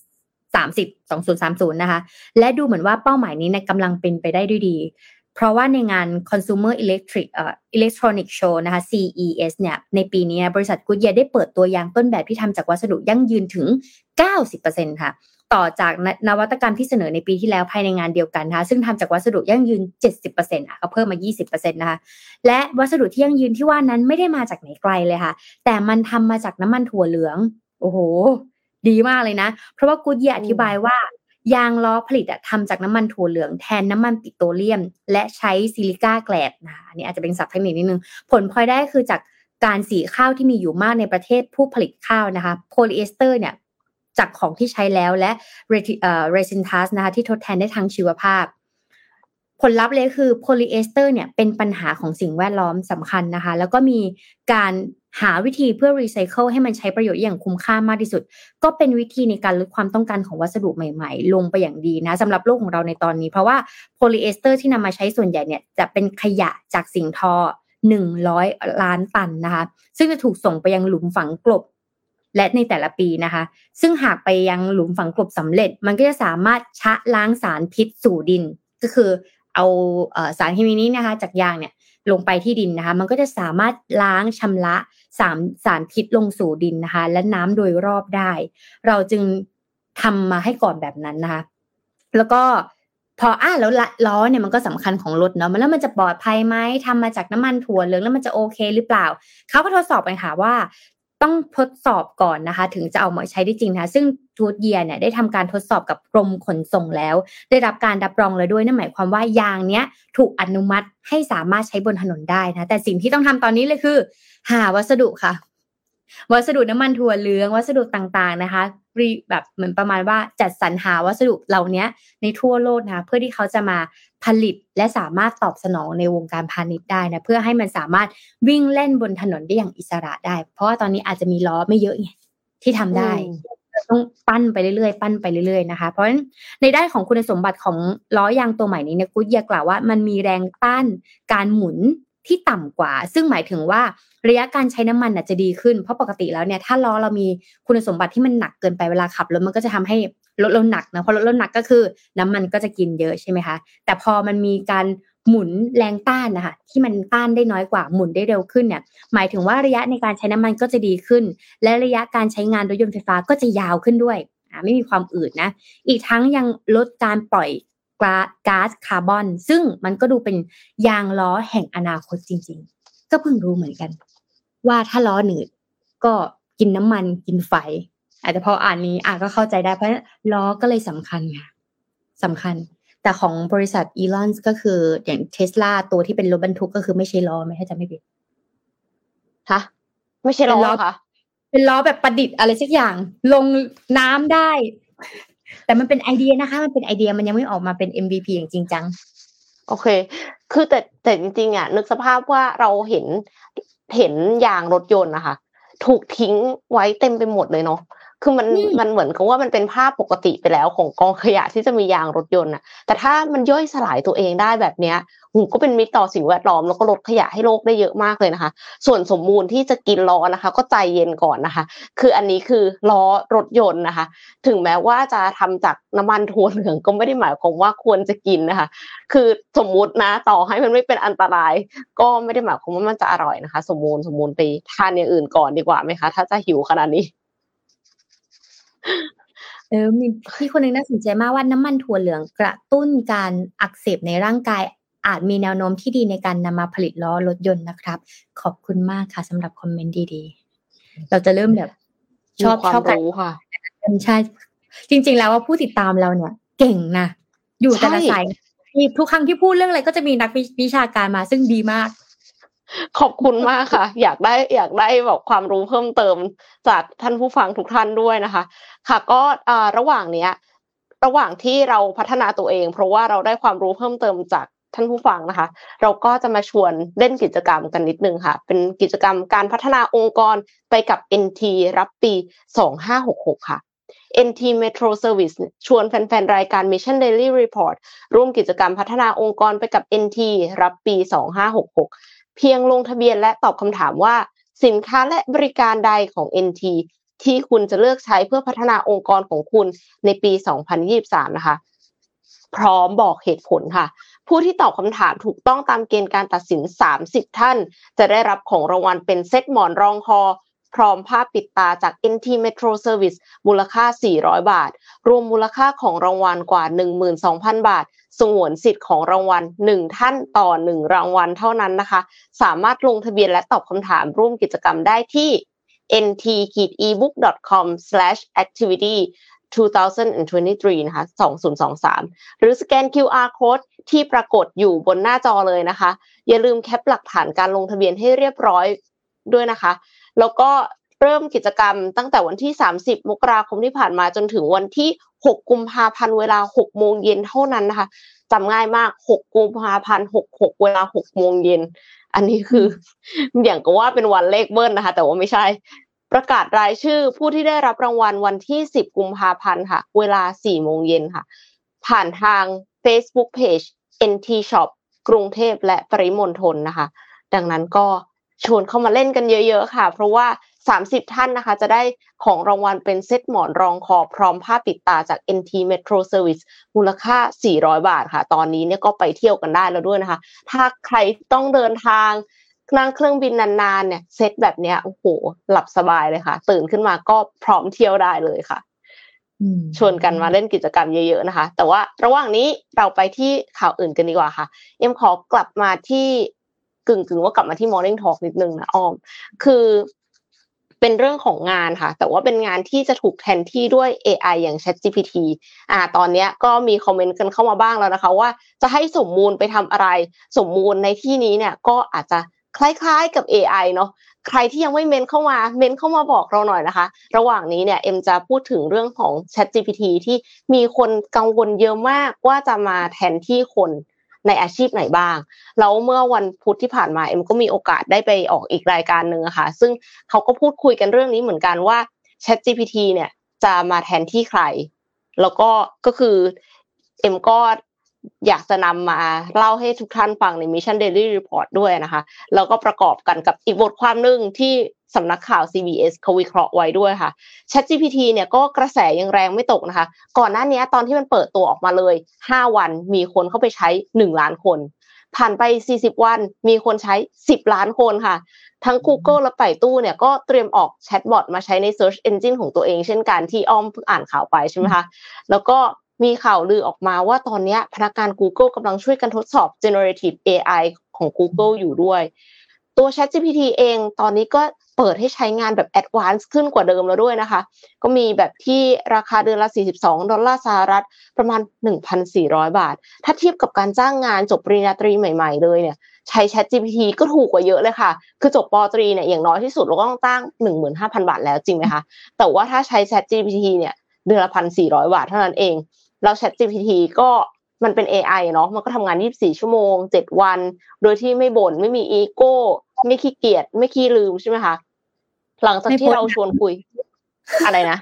2030นะคะและดูเหมือนว่าเป้าหมายนี้กำลังเป็นไปได้ด้วยดีเพราะว่าในงาน Consumer Electronic Show นะคะ CES เนี่ยในปีนี้บริษัท Goodyear ได้เปิดตัวยางต้นแบบที่ทำจากวัสดุยั่งยืนถึง 90% ค่ะต่อจากนวัตกรรมที่เสนอในปีที่แล้วภายในงานเดียวกันนะคะซึ่งทำจากวัสดุยั่งยืน 70% ก็เพิ่มมา 20% นะคะและวัสดุที่ยั่งยืนที่ว่านั้นไม่ได้มาจากไหนไกลเลยค่ะแต่มันทำมาจากน้ำมันถั่วเหลืองโอ้โหดีมากเลยนะเพราะว่า Goodyear อธิบายว่ายางล้อผลิตทำจากน้ำมันถั่วเหลืองแทนน้ำมันปิโตรเลียมและใช้ซิลิก้าแกลบอันนี้อาจจะเป็นศัพท์เทคนิคนิดนึงผลพลอยได้คือจากการสีข้าวที่มีอยู่มากในประเทศผู้ผลิตข้าวนะคะโพลีเอสเตอร์เนี่ยจากของที่ใช้แล้วและเรซินทัสนะคะที่ทดแทนได้ทางชีวภาพผลลัพธ์เลยคือโพลีเอสเตอร์เนี่ยเป็นปัญหาของสิ่งแวดล้อมสำคัญนะคะแล้วก็มีการหาวิธีเพื่อรีไซเคิลให้มันใช้ประโยชน์อย่างคุ้มค่ามากที่สุดก็เป็นวิธีในการลดความต้องการของวัสดุใหม่ๆลงไปอย่างดีนะสำหรับโลกของเราในตอนนี้เพราะว่าโพลีเอสเตอร์ที่นำมาใช้ส่วนใหญ่เนี่ยจะเป็นขยะจากสิ่งทอ100 ล้านตันนะคะซึ่งจะถูกส่งไปยังหลุมฝังกลบและในแต่ละปีนะคะซึ่งหากไปยังหลุมฝังกลบสำเร็จมันก็จะสามารถชะล้างสารพิษสู่ดินก็คือเอาสารเคมีนี้นะคะจากยางเนี่ยลงไปที่ดินนะคะมันก็จะสามารถล้างชำระสารพิษลงสู่ดินนะคะและน้ำโดยรอบได้เราจึงทำมาให้ก่อนแบบนั้นนะคะแล้วก็พอแล้วล้อเนี่ยมันก็สำคัญของรถเนาะแล้วมันจะปลอดภัยไหมทำมาจากน้ำมันถั่วเหลืองแล้วมันจะโอเคหรือเปล่าเขาก็ทดสอบกันค่ะว่าต้องทดสอบก่อนนะคะถึงจะเอามาใช้ได้จริงนะคะซึ่งGoodyearเนี่ยได้ทำการทดสอบกับกรมขนส่งแล้วได้รับการรับรองแล้วด้วยนั่นหมายความว่ายางเนี้ยถูกอนุมัติให้สามารถใช้บนถนนได้นะแต่สิ่งที่ต้องทำตอนนี้เลยคือหาวัสดุค่ะวัสดุน้ำมันถั่วเหลืองวัสดุต่างๆนะคะแบบเหมือนประมาณว่าจัดสรรหาวัสดุเหล่านี้ในทั่วโลกนะเพื่อที่เขาจะมาผลิตและสามารถตอบสนองในวงการพาณิชย์ได้นะเพื่อให้มันสามารถวิ่งเล่นบนถนนได้อย่างอิสระได้เพราะว่าตอนนี้อาจจะมีล้อไม่เยอะไงที่ทำได้ต้องปั้นไปเรื่อยๆนะคะเพราะฉะนั้นในด้านของคุณสมบัติของล้อยางตัวใหม่นี้เนี่ยGoodyearกล่าวว่ามันมีแรงต้านการหมุนที่ต่ำกว่าซึ่งหมายถึงว่าระยะการใช้น้ำมันจะดีขึ้นเพราะปกติแล้วเนี่ยถ้าล้อเรามีคุณสมบัติที่มันหนักเกินไปเวลาขับรถมันก็จะทำให้รถเราหนักนะเพราะรถเราหนักก็คือน้ำมันก็จะกินเยอะใช่ไหมคะแต่พอมันมีการหมุนแรงต้านนะคะที่มันต้านได้น้อยกว่าหมุนได้เร็วขึ้นเนี่ยหมายถึงว่าระยะในการใช้น้ำมันก็จะดีขึ้นและระยะการใช้งานรถยนต์ไฟฟ้าก็จะยาวขึ้นด้วยไม่มีความอืดนะอีกทั้งยังลดการปล่อยก๊าซคาร์บอนซึ่งมันก็ดูเป็นยางล้อแห่งอนาคตจริงๆก็เพิ่งรู้เหมือนกันว่าถ้าล้อหนืดก็กินน้ำมันกินไฟอาจจะพออ่านนี้ก็เข้าใจได้เพราะล้อก็เลยสำคัญค่ะสำคัญแต่ของบริษัทอีลอนก็คืออย่าง Tesla ตัวที่เป็นรถบรรทุกก็คือไม่ใช่ล้อไม่ให้จำไม่ผิดฮะไม่ใช่ล้อค่ะเป็นล้อแบบประดิษฐ์อะไรสักอย่างลงน้ำได้แต่มันเป็นไอเดียนะคะมันเป็นไอเดียมันยังไม่ออกมาเป็น MVP อย่างจริงจังโอเคคือแต่จริงๆนึกสภาพว่าเราเห็นยางรถยนต์นะคะถูกทิ้งไว้เต็มไปหมดเลยเนาะคือมันเหมือนกับว่ามันเป็นภาพปกติไปแล้วของกองขยะที่จะมียางรถยนต์น่ะแต่ถ้ามันย่อยสลายตัวเองได้แบบเนี้ยก็เป็นมิตรต่อสิ่งแวดล้อมแล้วก็ลดขยะให้โลกได้เยอะมากเลยนะคะส่วนสมมูลที่จะกินล้อนะคะก็ใจเย็นก่อนนะคะคืออันนี้คือล้อรถยนต์นะคะถึงแม้ว่าจะทำจากน้ำมันถั่วเหลืองก็ไม่ได้หมายความว่าควรจะกินนะคะคือสมมุตินะต่อให้มันไม่เป็นอันตรายก็ไม่ได้หมายความว่ามันจะอร่อยนะคะสมมูลไปทานอย่างอื่นก่อนดีกว่าไหมคะถ้าจะหิวขนาดนี้มีพี่คนนึงน่าสนใจมากว่าน้ำมันถั่วเหลืองกระตุ้นการอักเสบในร่างกายอาจมีแนวโน้มที่ดีในการนำมาผลิตล้อรถยนต์นะครับขอบคุณมากค่ะสำหรับคอมเมนต์ดีๆเราจะเริ่มแบบชอบกันค่ะใช่จริงๆแล้วว่าผู้ติดตามเราเนี่ยเก่งนะอยู่แต่ละสายทุกครั้งที่พูดเรื่องอะไรก็จะมีนักวิชาการมาซึ่งดีมากขอบคุณมากค่ะอยากได้แบบความรู้เพิ่มเติมจากท่านผู้ฟังทุกท่านด้วยนะคะค่ะก็ระหว่างที่เราพัฒนาตัวเองเพราะว่าเราได้ความรู้เพิ่มเติมจากท่านผู้ฟังนะคะเราก็จะมาชวนเล่นกิจกรรมกันนิดนึงค่ะเป็นกิจกรรมการพัฒนาองค์กรไปกับ NT รับปี2566ค่ะ NT Metro Service ชวนแฟนๆรายการ Mission Daily Report ร่วมกิจกรรมพัฒนาองค์กรไปกับ NT รับปี2566เพียงลงทะเบียนและตอบคำถามว่าสินค้าและบริการใดของ NT ที่คุณจะเลือกใช้เพื่อพัฒนาองค์กรของคุณในปี2023นะคะพร้อมบอกเหตุผลค่ะผู้ที่ตอบคำถามถูกต้องตามเกณฑ์การตัดสิน30ท่านจะได้รับของรางวัลเป็นเซ็ตหมอนรองคอพร้อมผ้าปิดตาจาก NT Metro Service มูลค่า400บาทรวมมูลค่าของรางวัลกว่า 12,000 บาทสงวนสิทธิ์ของรางวัล1ท่านต่อ1รางวัลเท่านั้นนะคะสามารถลงทะเบียนและตอบคำถามร่วมกิจกรรมได้ที่ nt-ebook.com/activity 2023 นะคะ2023หรือสแกน QR Code ที่ปรากฏอยู่บนหน้าจอเลยนะคะอย่าลืมแคปหลักฐานการลงทะเบียนให้เรียบร้อยด้วยนะคะแล้วก็เริ่มกิจกรรมตั้งแต่วันที่30มกราคมที่ผ่านมาจนถึงวันที่6กุมภาพันธ์เวลา 6 โมงเย็นเท่านั้นนะคะจำง่ายมาก6กุมภาพันธ์66เวลา 6 โมงเย็นอันนี้คืออย่างก็ว่าเป็นวันเลขเบิ้ลนะคะแต่ว่าไม่ใช่ประกาศรายชื่อผู้ที่ได้รับรางวัลวันที่10กุมภาพันธ์ค่ะเวลา 4 โมงเย็นค่ะผ่านทาง Facebook Page NT Shop กรุงเทพและปริมณฑลนะคะดังนั้นก็ชวนเข้ามาเล่นกันเยอะๆค่ะเพราะว่า30ท่านนะคะจะได้ของรางวัลเป็นเซ็ตหมอนรองคอพร้อมผ้าปิดตาจาก NT Metro Service มูลค่า400บาทค่ะตอนนี้เนี่ยก็ไปเที่ยวกันได้แล้วด้วยนะคะถ้าใครต้องเดินทางนั่งเครื่องบินนานๆเนี่ยเซ็ตแบบเนี้ยโอ้โหหลับสบายเลยค่ะตื่นขึ้นมาก็พร้อมเที่ยวได้เลยค่ะชวนกันมาเล่นกิจกรรมเยอะๆนะคะแต่ว่าระหว่างนี้เราไปที่ข่าวอื่นกันดีกว่าค่ะขอกลับมาที่กึ่งว่ากลับมาที่ Morning Talk นิดนึงนะอ้อมคือเป็นเรื่องของงานค่ะแต่ว่าเป็นงานที่จะถูกแทนที่ด้วย AI อย่าง ChatGPT ตอนนี้ก็มีคอมเมนต์กันเข้ามาบ้างแล้วนะคะว่าจะให้สมมูลไปทำอะไรสมมูลในที่นี้เนี่ยก็อาจจะคล้ายๆกับ AI เนาะใครที่ยังไม่เมนเข้ามาบอกเราหน่อยนะคะระหว่างนี้เนี่ยจะพูดถึงเรื่องของ ChatGPT ที่มีคนกังวลเยอะมากว่าจะมาแทนที่คนในอาชีพไหนบ้างแล้วเมื่อวันพุธที่ผ่านมาก็มีโอกาสได้ไปออกอีกรายการนึงอะค่ะซึ่งเขาก็พูดคุยกันเรื่องนี้เหมือนกันว่า ChatGPT เนี่ยจะมาแทนที่ใครแล้วก็คือก็อยากจะนำมาเล่าให้ทุกท่านฟังใน Mission Daily Report ด้วยนะคะแล้วก็ประกอบกันกับอีกบทความนึงที่สำนักข่าว CBS เขาวิเคราะห์ไว้ด้วยค่ะ ChatGPT เนี่ยก็กระแสยังแรงไม่ตกนะคะก่อนหน้านี้ตอนที่มันเปิดตัวออกมาเลย5วันมีคนเข้าไปใช้1ล้านคนผ่านไป40วันมีคนใช้10ล้านคนค่ะทั้ง Google และไปตู้เนี่ยก็เตรียมออกแชทบอทมาใช้ใน Search Engine ของตัวเองเช่นกันที่อ้อมเพิ่งอ่านข่าวไปใช่ไหมคะแล้วก็มีข่าวลือออกมาว่าตอนนี้พนักงาน Google กำลังช่วยกันทดสอบ Generative AI ของ Google อยู่ด้วยตัว ChatGPT เองตอนนี้ก็เปิดให้ใช้งานแบบ Advanced ขึ้นกว่าเดิมแล้วด้วยนะคะก็มีแบบที่ราคาเดือนละ$42ประมาณ 1,400 บาทถ้าเทียบกับการจ้างงานจบปริญญาตรีใหม่ๆเลยเนี่ยใช้ ChatGPT ก็ถูกกว่าเยอะเลยค่ะคือจบป.ตรีเนี่ยอย่างน้อยที่สุดเราก็ต้องตั้ง 15,000 บาทแล้วจริงไหมคะแต่ว่าถ้าใช้ ChatGPT เนี่ยเดือนละ 1,400 บาทเท่านั้นเองแล้ว ChatGPT ก็มันเป็น AI เนาะมันก็ทำงาน24ชั่วโมง7วันโดยที่ไม่บ่นไม่มีอีโก้ไม่ขี้เกียจไม่ขี้ลืมใช่ไหมคะหลังจากที่เราชวนคุยอะไรนะ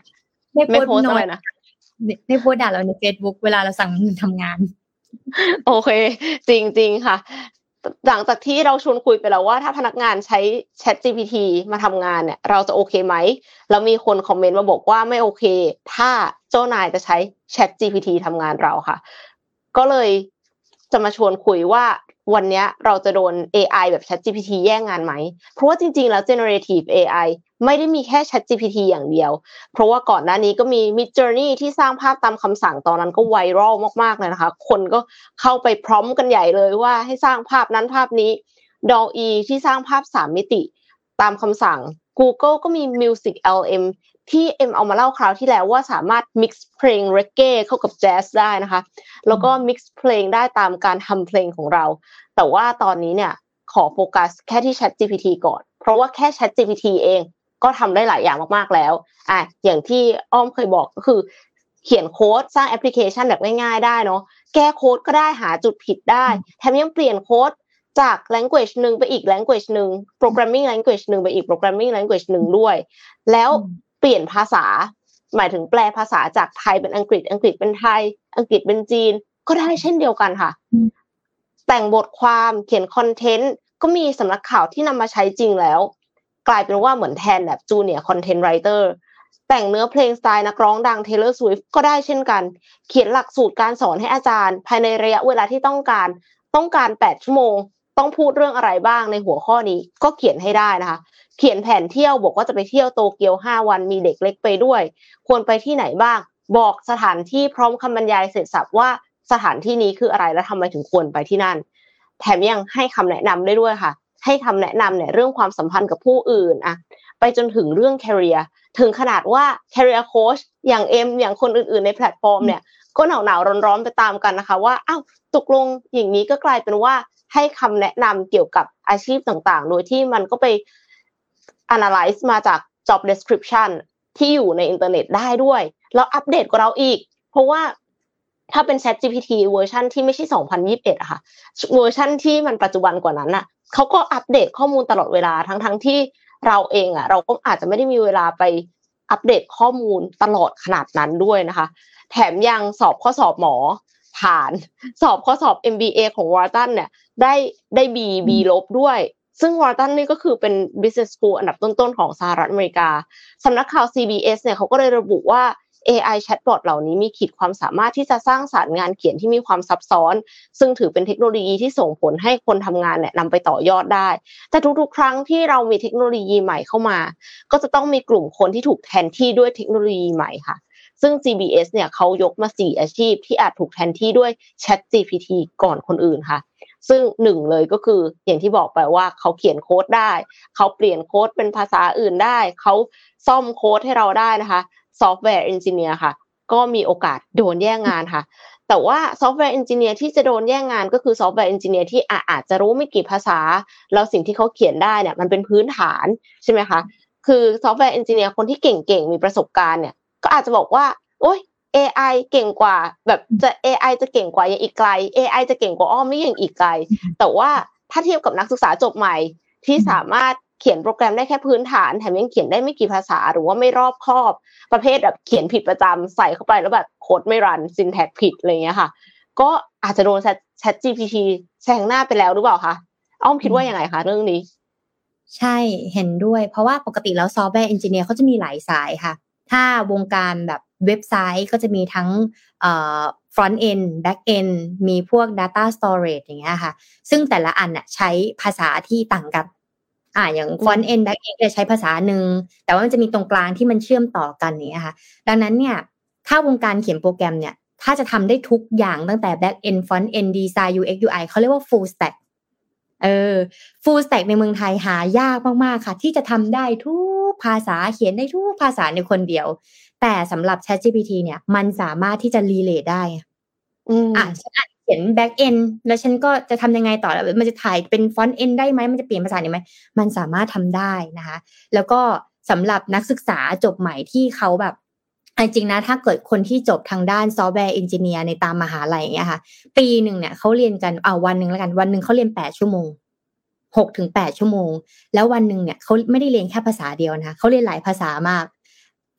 ไม่โพสต์อะไรนะไม่โพสต์ด่าเราใน Facebook เวลาเราสั่งมันทำงานโอเคจริงๆค่ะหลังจากที่เราชวนคุยไปแล้วว่าถ้าพนักงานใช้ ChatGPT มาทำงานเนี่ยเราจะโอเคไหมแล้วมีคนคอมเมนต์มาบอกว่าไม่โอเคถ้าเจ้านายจะใช้ ChatGPT ทำงานเราค่ะก็เลยจะมาชวนคุยว่าวันนี้เราจะโดน AI แบบ ChatGPT แย่งงานไหมเพราะว่าจริงๆแล้ว Generative AI ไม่ได้มีแค่ ChatGPT อย่างเดียวเพราะว่าก่อนหน้านี้ก็มี Midjourney ที่สร้างภาพตามคำสั่งตอนนั้นก็ไวรัลมากๆเลยนะคะคนก็เข้าไปพร้อมกันใหญ่เลยว่าให้สร้างภาพนั้นภาพนี้ DALL-E ที่สร้างภาพ3มิติตามคำสั่ง Google ก็มี Music LM ที่เอามาเล่าคราวที่แล้วว่าสามารถ mix เพลง reggae เข้ากับแจ๊สได้นะคะแล้วก็ mix เพลงได้ตามการทำเพลงของเราแต่ว่าตอนนี้เนี่ยขอโฟกัสแค่ที่ ChatGPT ก่อนเพราะว่าแค่ ChatGPT เองก็ทำได้หลายอย่างมากๆแล้วอย่างที่อ้อมเคยบอกก็คือเขียนโค้ดสร้างแอปพลิเคชันแบบง่ายๆได้เนาะแก้โค้ดก็ได้หาจุดผิดได้แถมยังเปลี่ยนโค้ดจาก language นึงไปอีก language นึง programming language นึงไปอีก programming language นึงด้วยแล้วเปลี่ยนภาษาหมายถึงแปลภาษาจากไทยเป็นอังกฤษอังกฤษเป็นไทยอังกฤษเป็นจีนก็ได้เช่นเดียวกันค่ะแต่งบทความเขียนคอนเทนต์ก็มีสำนักข่าวที่นำมาใช้จริงแล้วกลายเป็นว่าเหมือนแทนแบบจูเนียร์คอนเทนต์ไรเตอร์แต่งเนื้อเพลงสไตล์นักร้องดัง Taylor Swift ก็ได้เช่นกันเขียนหลักสูตรการสอนให้อาจารย์ภายในระยะเวลาที่ต้องการ8 ชั่วโมงต้องพูดเรื่องอะไรบ้างในหัวข้อนี้ก็เขียนให้ได้นะคะเขียนแผนเที่ยวบอกว่าจะไปเที่ยวโตเกียว5 วันมีเด็กเล็กไปด้วยควรไปที่ไหนบ้างบอกสถานที่พร้อมคำบรรยายเสร็จสับว่าสถานที่นี้คืออะไรและทำไมถึงควรไปที่นั่นแถมยังให้คำแนะนำได้ด้วยค่ะให้คำแนะนำเนี่ยเรื่องความสัมพันธ์กับผู้อื่นไปจนถึงเรื่อง career ถึงขนาดว่า career coach อย่างอย่างคนอื่นๆในแพลตฟอร์มเนี่ยก็หนาวๆร้อนๆไปตามกันนะคะว่าอ้าวตกลงอย่างนี้ก็กลายเป็นว่าให้คำแนะนำเกี่ยวกับอาชีพต่างๆโดยที่มันก็ไป analyze มาจาก job description ที่อยู่ในอินเทอร์เน็ตได้ด้วยแล้วอัปเดตกว่าเราอีกเพราะว่าถ้าเป็น ChatGPT เวอร์ชันที่ไม่ใช่2021อะค่ะเวอร์ชันที่มันปัจจุบันกว่านั้นน่ะเขาก็อัปเดตข้อมูลตลอดเวลาทั้งที่เราเองเราก็อาจจะไม่ได้มีเวลาไปอัปเดตข้อมูลตลอดขนาดนั้นด้วยนะคะแถมยังสอบข้อสอบหมอผ่านสอบข้อสอบ MBA ของ Wharton เนี่ยได้ B ลบด้วยซึ่ง Wharton นี่ก็คือเป็น business school อันดับต้นๆของสหรัฐอเมริกาสำนักข่าว CBS เนี่ยเขาก็เลยระบุว่า AI chatbot เหล่านี้มีขีดความสามารถที่จะสร้างสรรค์งานเขียนที่มีความซับซ้อนซึ่งถือเป็นเทคโนโลยีที่ส่งผลให้คนทำงานเนี่ยนำไปต่อยอดได้แต่ทุกๆครั้งที่เรามีเทคโนโลยีใหม่เข้ามาก็จะต้องมีกลุ่มคนที่ถูกแทนที่ด้วยเทคโนโลยีใหม่ค่ะซึ่ง CBS เนี่ยเขายกมา4อาชีพที่อาจถูกแทนที่ด้วย ChatGPT ก่อนคนอื่นค่ะซึ่งหนึ่งเลยก็คืออย่างที่บอกไปว่าเขาเขียนโค้ดได้เขาเปลี่ยนโค้ดเป็นภาษาอื่นได้เขาซ่อมโค้ดให้เราได้นะคะซอฟต์แวร์เอนจิเนียร์ค่ะก็มีโอกาสโดนแย่งงานค่ะแต่ว่าซอฟต์แวร์เอนจิเนียร์ที่จะโดนแย่งงานก็คือซอฟต์แวร์เอนจิเนียร์ที่อาจจะรู้ไม่กี่ภาษาแล้วสิ่งที่เขาเขียนได้เนี่ยมันเป็นพื้นฐานใช่ไหมคะคือซอฟต์แวร์เอนจิเนียร์คนที่เก่งๆมีประสบการณ์เนี่ยก็อาจจะบอกว่าโอ๊ย AI เก่งกว่าแบบจะ AI จะเก่งกว่ายังอีกไกล AI จะเก่งกว่าอ้อมนี่ยังอีกไกลแต่ว่าถ้าเทียบกับนักศึกษาจบใหม่ที่สามารถเขียนโปรแกรมได้แค่พื้นฐานแถมยังเขียนได้ไม่กี่ภาษาหรือว่าไม่รอบคอบประเภทแบบเขียนผิดประจำใส่เข้าไปแล้วแบบโค้ดไม่รันซินแท็กผิดอะไรเงี้ยค่ะก็อาจจะโดน ChatGPT แซงหน้าไปแล้วหรือเปล่าคะอ้อมคิดว่ายังไงคะเรื่องนี้ใช่เห็นด้วยเพราะว่าปกติแล้วซอฟต์แวร์เอนจิเนียร์เขาจะมีหลายสายค่ะถ้าวงการแบบเว็บไซต์ก็จะมีทั้งfront end back end มีพวก data storage อย่างเงี้ยค่ะซึ่งแต่ละอันน่ะใช้ภาษาที่ต่างกันอย่าง front end back end จะใช้ภาษานึงแต่ว่ามันจะมีตรงกลางที่มันเชื่อมต่อกันอย่างเงี้ยค่ะดังนั้นเนี่ยถ้าวงการเขียนโปรแกรมเนี่ยถ้าจะทำได้ทุกอย่างตั้งแต่ back end front end design UX UI เขาเรียกว่า full stack full stack ในเมืองไทยหายากมากๆค่ะที่จะทำได้ทุกภาษาเขียนได้ทุกภาษาในคนเดียวแต่สำหรับ ChatGPT เนี่ยมันสามารถที่จะ relate ได้ฉันอาจเขียน back end แล้วฉันก็จะทำยังไงต่อแล้วมันจะถ่ายเป็น front end ได้ไหมมันจะเปลี่ยนภาษาได้ไหมมันสามารถทำได้นะคะแล้วก็สำหรับนักศึกษาจบใหม่ที่เขาแบบจริงๆนะถ้าเกิดคนที่จบทางด้านซอฟต์แวร์เอนจิเนียร์ในตามมหาลัยอย่างเงี้ยค่ะปีนึงเนี่ยเขาเรียนกันวันนึงแล้วกันวันนึงเขาเรียน8 ชั่วโมง6-8 ชั่วโมงแล้ววันนึงเนี่ยเขาไม่ได้เรียนแค่ภาษาเดียวนะคะเขาเรียนหลายภาษามาก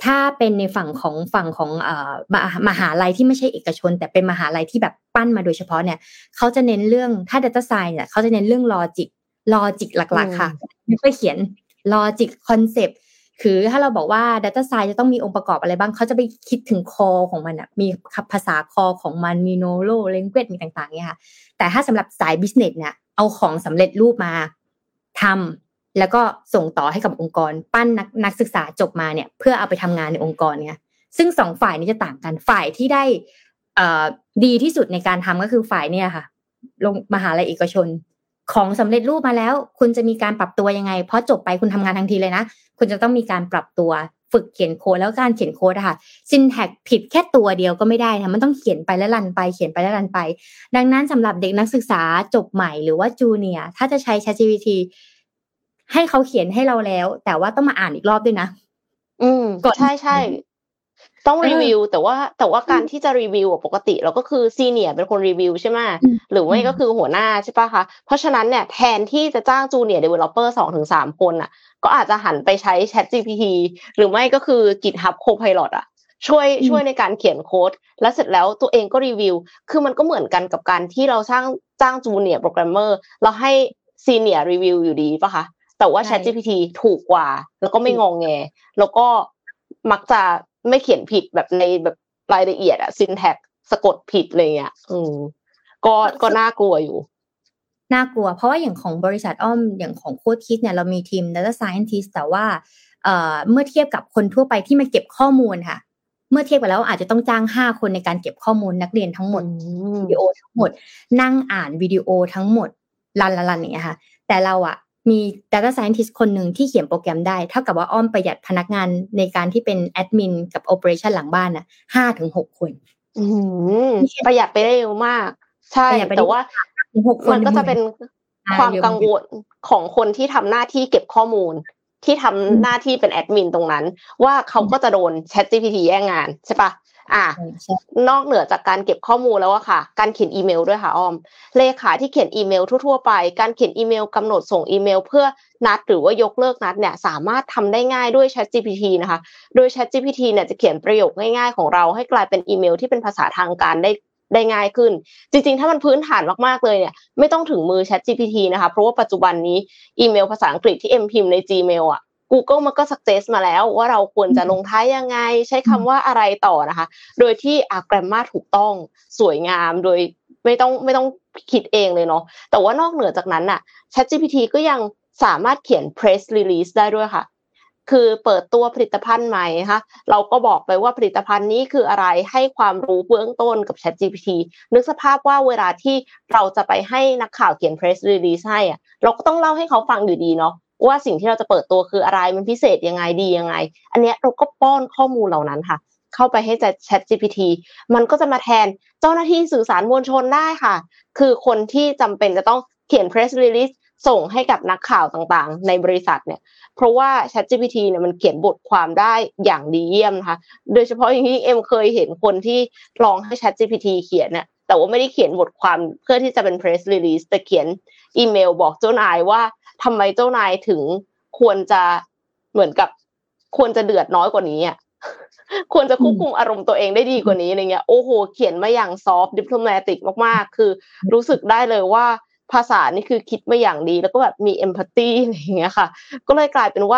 ถ้าเป็นในฝั่งของมหาลัยที่ไม่ใช่เอกชนแต่เป็นมหาลัยที่แบบปั้นมาโดยเฉพาะเนี่ยเขาจะเน้นเรื่องถ้า data science เนี่ยเขาจะเน้นเรื่อง logic หลักๆค่ะไม่ค่อยเขียน logic concept คือถ้าเราบอกว่า data science จะต้องมีองค์ประกอบอะไรบ้างเขาจะไปคิดถึง core ของมันมีภาษา core ของมันมี neural language มีต่างๆเนี่ยค่ะแต่ถ้าสำหรับสาย business เนี่ยเอาของสำเร็จรูปมาทำแล้วก็ส่งต่อให้กับองค์กรปั้นนักศึกษาจบมาเนี่ยเพื่อเอาไปทำงานในองค์กรเนี่ยซึ่งสองฝ่ายนี้จะต่างกันฝ่ายที่ได้ดีที่สุดในการทำก็คือฝ่ายเนี่ยค่ะลงมหาลัยเอกชนของสำเร็จรูปมาแล้วคุณจะมีการปรับตัวยังไงเพราะจบไปคุณทำงานทันทีเลยนะคุณจะต้องมีการปรับตัวฝึกเขียนโค้ดแล้วการเขียนโค้ดค่ะซินแท็กผิดแค่ตัวเดียวก็ไม่ได้นะมันต้องเขียนไปแล้วรันไปเขียนไปแล้วรันไปดังนั้นสำหรับเด็กนักศึกษาจบใหม่หรือว่าจูเนียร์ถ้าจะใช้ ChatGPT ให้เขาเขียนให้เราแล้วแต่ว่าต้องมาอ่านอีกรอบด้วยนะใช่ต้องรีวิวแต่ว่าการที่จะรีวิวปกติเราก็คือซีเนียร์เป็นคนรีวิวใช่ไหมหรือไม่ก็คือหัวหน้าใช่ปะคะเพราะฉะนั้นเนี่ยแทนที่จะจ้างจูเนียร์เดเวลลอปเปอร์ 2-3 คนอ่ะก็อาจจะหันไปใช้ ChatGPT หรือไม่ก็คือ GitHub Copilot อ่ะช่วยในการเขียนโค้ดแล้วเสร็จแล้วตัวเองก็รีวิวคือมันก็เหมือนกันกับการที่เราจ้างจูเนียร์โปรแกรมเมอร์เราให้ซีเนียร์รีวิวอยู่ดีปะคะแต่ว่า ChatGPT ถูกกว่าแล้วก็ไม่งงแงแล้วก็มักจะไม่เขียนผิดแบบในแบบรายละเอียดอะซินแท็กสะกดผิดอะไรเงี้ยก็น่ากลัวอยู่น่ากลัวเพราะว่าอย่างของบริษัทอ้อมอย่างของโค้ดคิดเนี่ยเรามีทีม data scientist แต่ว่าเมื่อเทียบกับคนทั่วไปที่มาเก็บข้อมูลค่ะเมื่อเทียบกันแล้วอาจจะต้องจ้าง5คนในการเก็บข้อมูลนักเรียนทั้งหมดวิดีโอทั้งหมดนั่งอ่านวิดีโอทั้งหมดรันอย่างเงี้ยค่ะแต่เราอะมี data scientist คนหนึ่งที่เขียนโปรแกรมได้เท่ากับว่าอ้อมประหยัดพนักงานในการที่เป็นแอดมินกับ operation หลังบ้านน่ะ 5-6 คนประหยัดไปได้เร็วมากใช่แต่ว่ามันก็จะเป็นความกังวลของคนที่ทำหน้าที่เก็บข้อมูลที่ทำหน้าที่เป็นแอดมินตรงนั้นว่าเขาก็จะโดน ChatGPT แย่งงานใช่ปะนอกเหนือจากการเก็บข้อมูลแล้วอะค่ะการเขียนอีเมลด้วยค่ะอ้อมเลขาที่เขียนอีเมลทั่วๆไปการเขียนอีเมลกำหนดส่งอีเมลเพื่อนัดหรือว่ายกเลิกนัดเนี่ยสามารถทำได้ง่ายด้วย ChatGPT นะคะโดย ChatGPT เนี่ยจะเขียนประโยคง่ายๆของเราให้กลายเป็นอีเมลที่เป็นภาษาทางการได้ง่ายขึ้นจริงๆถ้ามันพื้นฐานมากๆเลยเนี่ยไม่ต้องถึงมือ ChatGPT นะคะเพราะว่าปัจจุบันนี้อีเมลภาษาอังกฤษที่เอ็มพิมพ์ใน Gmail อ่ะGoogle มันก็ suggest มาแล้วว่าเราควรจะลงท้ายยังไงใช้คำว่าอะไรต่อนะคะโดยที่grammar ถูกต้องสวยงามโดยไม่ต้องคิดเองเลยเนาะแต่ว่านอกเหนือจากนั้นน่ะ ChatGPT ก็ยังสามารถเขียน press release ได้ด้วยค่ะคือเปิดตัวผลิตภัณฑ์ใหม่นะคะเราก็บอกไปว่าผลิตภัณฑ์นี้คืออะไรให้ความรู้เบื้องต้นกับ ChatGPT นึกสภาพว่าเวลาที่เราจะไปให้นักข่าวเขียน press release ให้อ่ะเราก็ต้องเล่าให้เขาฟังอยู่ดีเนาะว่าสิ่งที่เราจะเปิดตัวคืออะไรมันพิเศษยังไงดียังไงอันเนี้ยเราก็ป้อนข้อมูลเหล่านั้นค่ะเข้าไปให้ ChatGPT มันก็จะมาแทนเจ้าหน้าที่สื่อสารมวลชนได้ค่ะคือคนที่จำเป็นจะต้องเขียน press release ส่งให้กับนักข่าวต่างๆในบริษัทเนี่ยเพราะว่า ChatGPT เนี่ยมันเขียนบทความได้อย่างดีเยี่ยมนะคะโดยเฉพาะอย่างที่เอ็มเคยเห็นคนที่ลองให้ ChatGPT เขียนเนี่ยแต่ว่าไม่ได้เขียนบทความเพื่อที่จะเป็น press release แต่เขียนอีเมลบอกเจ้านายว่าทำไมเจ้านายถึงควรจะเหมือนกับควรจะเดือดน้อยกว่านี้อ่ะควรจะควบคุมอารมณ์ตัวเองได้ดีกว่านี้อะไรเงี้ยโอ้โหเขียนมาอย่างซอฟต์ดิปโลแมติกมากๆคือรู้สึกได้เลยว่าภาษานี่คือคิดมาอย่างดีแล้วก็แบบมีเอมพัตตีอะไรอย่างเงี้ยค่ะก็เลยกลายเป็นว่า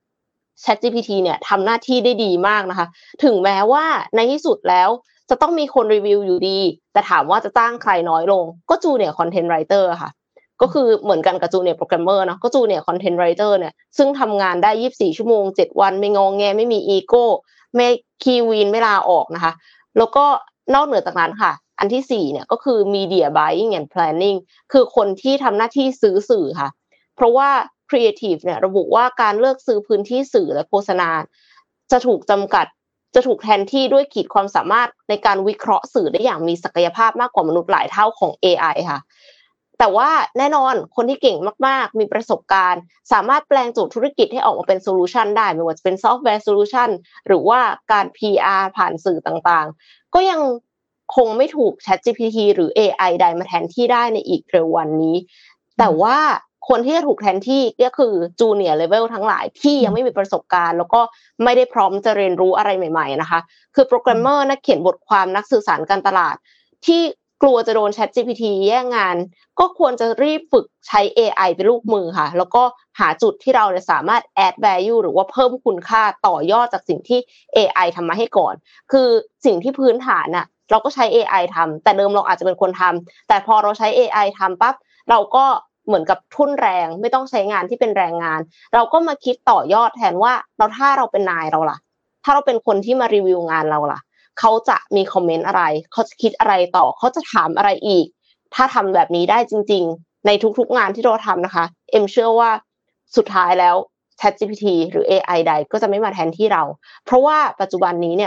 ChatGPT เนี่ยทำหน้าที่ได้ดีมากนะคะถึงแม้ว่าในที่สุดแล้วจะต้องมีคนรีวิวอยู่ดีแต่ถามว่าจะจ้างใครน้อยลงก็จูเนียร์คอนเทนต์ไรเตอร์ค่ะก็คือเหมือนกันกับจูเนียร์โปรแกรมเมอร์เนาะก็จูเนียร์คอนเทนต์ไรเตอร์เนี่ยซึ่งทำงานได้24ชั่วโมง7วันไม่งอแงไม่มีอีโก้ไม่คีวีนไม่ลาออกนะคะแล้วก็นอกเหนือจากนั้นค่ะอันที่4เนี่ยก็คือ media buying and planning คือคนที่ทำหน้าที่ซื้อสื่อค่ะเพราะว่า creative เนี่ยระบุว่าการเลือกซื้อพื้นที่สื่อและโฆษณาจะถูกจำกัดจะถูกแทนที่ด้วยขีดความสามารถในการวิเคราะห์สื่อได้อย่างมีศักยภาพมากกว่ามนุษย์หลายเท่าของ AI ค่ะแต่ว่าแน่นอนคนที่เก่งมากๆมีประสบการณ์สามารถแปลงโจทย์ธุรกิจให้ออกมาเป็นโซลูชันได้ไม่ว่าจะเป็นซอฟต์แวร์โซลูชันหรือว่าการ PR ผ่านสื่อต่างๆก็ยังคงไม่ถูก ChatGPT หรือ AI ใดมาแทนที่ได้ในอีกเร็ววันนี้แต่ว่าคนที่จะถูกแทนที่ก็คือจูเนียร์เลเวลทั้งหลายที่ยังไม่มีประสบการณ์แล้วก็ไม่ได้พร้อมจะเรียนรู้อะไรใหม่ๆนะคะคือโปรแกรมเมอร์นักเขียนบทความนักสื่อสารการตลาดที่กลัวจะโดน ChatGPT แย่งงานก็ควรจะรีบฝึกใช้ AI เป็นลูกมือค่ะแล้วก็หาจุดที่เราสามารถ add value หรือว่าเพิ่มคุณค่าต่อยอดจากสิ่งที่ AI ทำมาให้ก่อนคือสิ่งที่พื้นฐานน่ะเราก็ใช้ AI ทำแต่เดิมเราอาจจะเป็นคนทำแต่พอเราใช้ AI ทำปั๊บเราก็เหมือนกับทุ่นแรงไม่ต้องใช้งานที่เป็นแรงงานเราก็มาคิดต่อยอดแทนว่าถ้าเราเป็นนายเราล่ะถ้าเราเป็นคนที่มารีวิวงานเราล่ะเขาจะมีคอมเมนต์อะไรเขาจะคิดอะไรต่อเขาจะถามอะไรอีกถ้าทำแบบนี้ได้จริงๆในทุกๆงานที่เราทำนะคะเชื่อว่าสุดท้ายแล้ว ChatGPT หรือ AI ใดก็จะไม่มาแทนที่เราเพราะว่าปัจจุบันนี้เนี่ย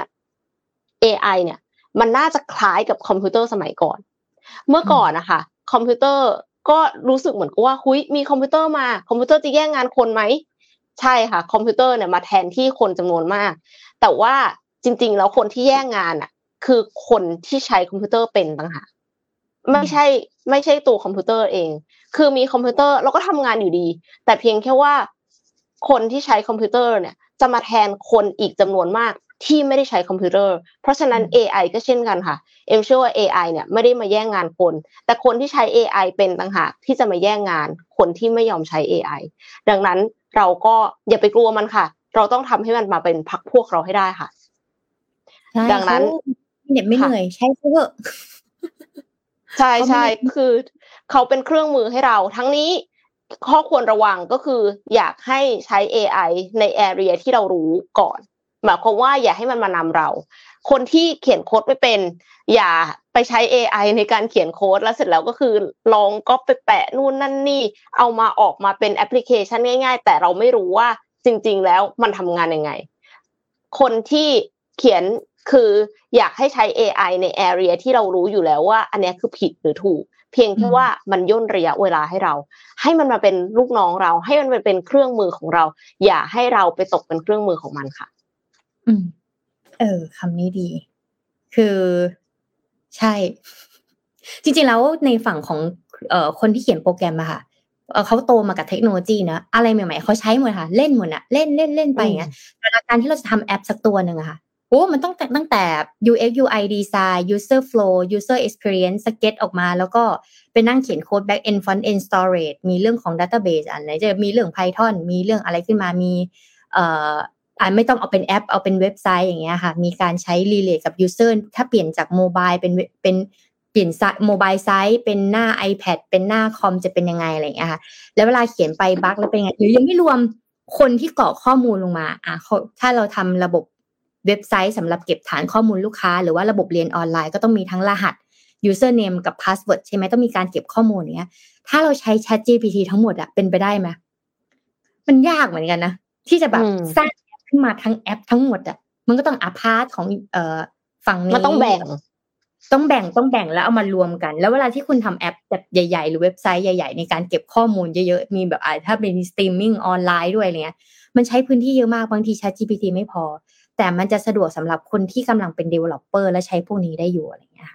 AI เนี่ยมันน่าจะคล้ายกับคอมพิวเตอร์สมัยก่อนเมื่อก่อนนะคะคอมพิวเตอร์ก็รู้สึกเหมือนกับว่ามีคอมพิวเตอร์มาคอมพิวเตอร์จะแย่งงานคนไหมใช่ค่ะคอมพิวเตอร์เนี่ยมาแทนที่คนจำนวนมากแต่ว่าจริงๆแล้วคนที่แย่งงานอ่ะคือคนที่ใช้คอมพิวเตอร์เป็นต่างหากไม่ใช่ตัวคอมพิวเตอร์เองคือมีคอมพิวเตอร์เราก็ทำงานอยู่ดีแต่เพียงแค่ว่าคนที่ใช้คอมพิวเตอร์เนี่ยจะมาแทนคนอีกจำนวนมากที่ไม่ได้ใช้คอมพิวเตอร์เพราะฉะนั้น AI ก็เช่นกันค่ะเชื่อว่า AI เนี่ยไม่ได้มาแย่งงานคนแต่คนที่ใช้ AI เป็นต่างหากที่จะมาแย่งงานคนที่ไม่ยอมใช้ AI ดังนั้นเราก็อย่าไปกลัวมันค่ะเราต้องทำให้มันมาเป็นพรรคพวกเราให้ได้ค่ะดังนั้นเน็ตไม่เหนื่อยใช้เถอะใช่ๆคือเขาเป็นเครื่องมือให้เราทั้งนี้ข้อควรระวังก็คืออยากให้ใช้ AI ใน area ที่เรารู้ก่อนหมายความว่าอย่าให้มันมานำเราคนที่เขียนโค้ดไม่เป็นอย่าไปใช้ AI ในการเขียนโค้ดแล้วเสร็จแล้วก็คือลองก๊อปไปแปะนู่นนั่นนี่เอามาออกมาเป็นแอปพลิเคชันง่ายๆแต่เราไม่รู้ว่าจริงๆแล้วมันทำงานยังไงคนที่เขียนคืออยากให้ใช้ AI ใน area ที่เรารู้อยู่แล้วว่าอันนี้คือผิดหรือถูกเพียงแค่ว่ามันย่นระยะเวลาให้เราให้มันมาเป็นลูกน้องเราให้มันเป็นเครื่องมือของเราอย่าให้เราไปตกเป็นเครื่องมือของมันค่ะคำนี้ดีคือใช่จริงๆแล้วในฝั่งของคนที่เขียนโปรแกรมอะค่ะเขาโตมากับเทคโนโลยีนะอะไรใหม่ๆเขาใช้หมดค่ะเล่นหมดอะเล่นไปอย่างเงี้ยแต่การที่เราจะทำแอปสักตัวนึงอะค่ะโอ้มันต้องตั้งแต่ UX UI design user flow user experience สเก็ตออกมาแล้วก็ไปนั่งเขียนโค้ด back end front end storage มีเรื่องของ database อะไรจะมีเรื่อง Python มีเรื่องอะไรขึ้นมามีไม่ต้องเอาเป็นแอปเอาเป็นเว็บไซต์อย่างเงี้ยค่ะมีการใช้ relate กับ user ถ้าเปลี่ยนจากโมบายเป็นเปลี่ยนโมบายไซต์เป็นหน้า iPad เป็นหน้าคอมจะเป็นยังไงอะไรอย่างเงี้ยค่ะแล้วเวลาเขียนไปบั๊กแล้วเป็นยังไงหรือยังไม่รวมคนที่กรอกข้อมูลลงมาถ้าเราทำระบบเว็บไซต์สำหรับเก็บฐานข้อมูลลูกค้าหรือว่าระบบเรียนออนไลน์ก็ต้องมีทั้งรหัส username กับ password ใช่ไหมต้องมีการเก็บข้อมูลเนี้ยถ้าเราใช้ ChatGPT ทั้งหมดอะเป็นไปได้ไหมมันยากเหมือนกันนะที่จะแบบสร้างแอปขึ้นมาทั้งแอปทั้งหมดอะมันก็ต้องพาร์ทของฝั่งนี้มันต้องแบ่งแล้วเอามารวมกันแล้วเวลาที่คุณทำแอปแบบใหญ่ๆหรือเว็บไซต์ใหญ่ๆในการเก็บข้อมูลเยอะๆมีแบบถ้าเป็นสตรีมมิ่งออนไลน์ด้วยอะไรเงี้ยมันใช้พื้นที่เยอะมากบางที ChatGPT ไม่พอแต่มันจะสะดวกสำหรับคนที่กำลังเป็น developer และใช้พวกนี้ได้อยู่อะไรเงี้ย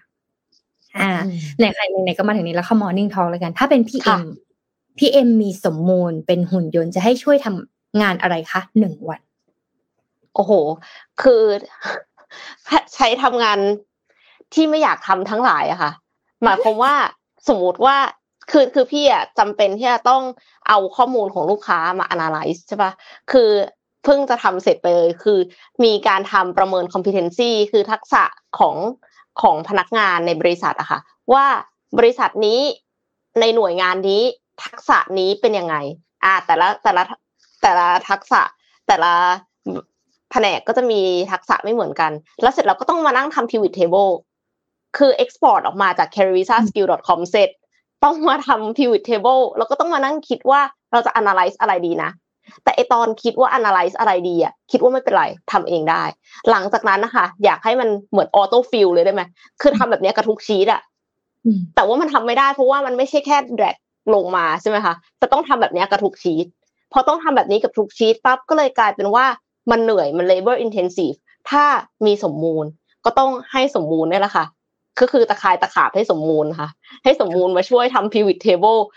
ไหนก็มาถึงนี้แล้วเข้า Morning Talk แล้วกันถ้าเป็นพี่เอ็มมีสมมูลเป็นหุ่นยนต์จะให้ช่วยทำงานอะไรคะ1 วันโอ้โหคือใช้ทำงานที่ไม่อยากทำทั้งหลายอะค่ะหมายความว่าสมมุติว่าคือพี่อะจำเป็นที่จะต้องเอาข้อมูลของลูกค้ามา analyze ใช่ปะคือเพิ่งจะทำเสร็จไปเลยคือมีการทำประเมิน competency คือทักษะของพนักงานในบริษัทอะค่ะว่าบริษัทนี้ในหน่วยงานนี้ทักษะนี้เป็นยังไงแต่ละทักษะแต่ละแผนกก็จะมีทักษะไม่เหมือนกันแล้วเสร็จเราก็ต้องมานั่งทำ pivot table คือ export ออกมาจาก careervisaskill.com เสร็จต้องมาทำ pivot table แล้วก็ต้องมานั่งคิดว่าเราจะ analyze อะไรดีนะแต่ตอนคิดว่า analyze อะไรดีอ่ะคิดว่าไม่เป็นไรทำเองได้หลังจากนั้นนะคะอยากให้มันเหมือน auto fill เลยได้ไหมคือทำแบบนี้กับทุกชีทอะแต่ว่ามันทำไม่ได้เพราะว่ามันไม่ใช่แค่ drag ลงมาใช่ไหมคะแต่ต้องทำแบบนี้กับทุกชีทพอต้องทำแบบนี้กับทุกชีทปั๊บก็เลยกลายเป็นว่ามันเหนื่อยมัน labor intensive ถ้ามีสมมูลก็ต้องให้สมมูลนี่แหละค่ะก็คือตะข่ายตะขาบให้สมมูลค่ะให้สมมูลมาช่วยทำ pivot table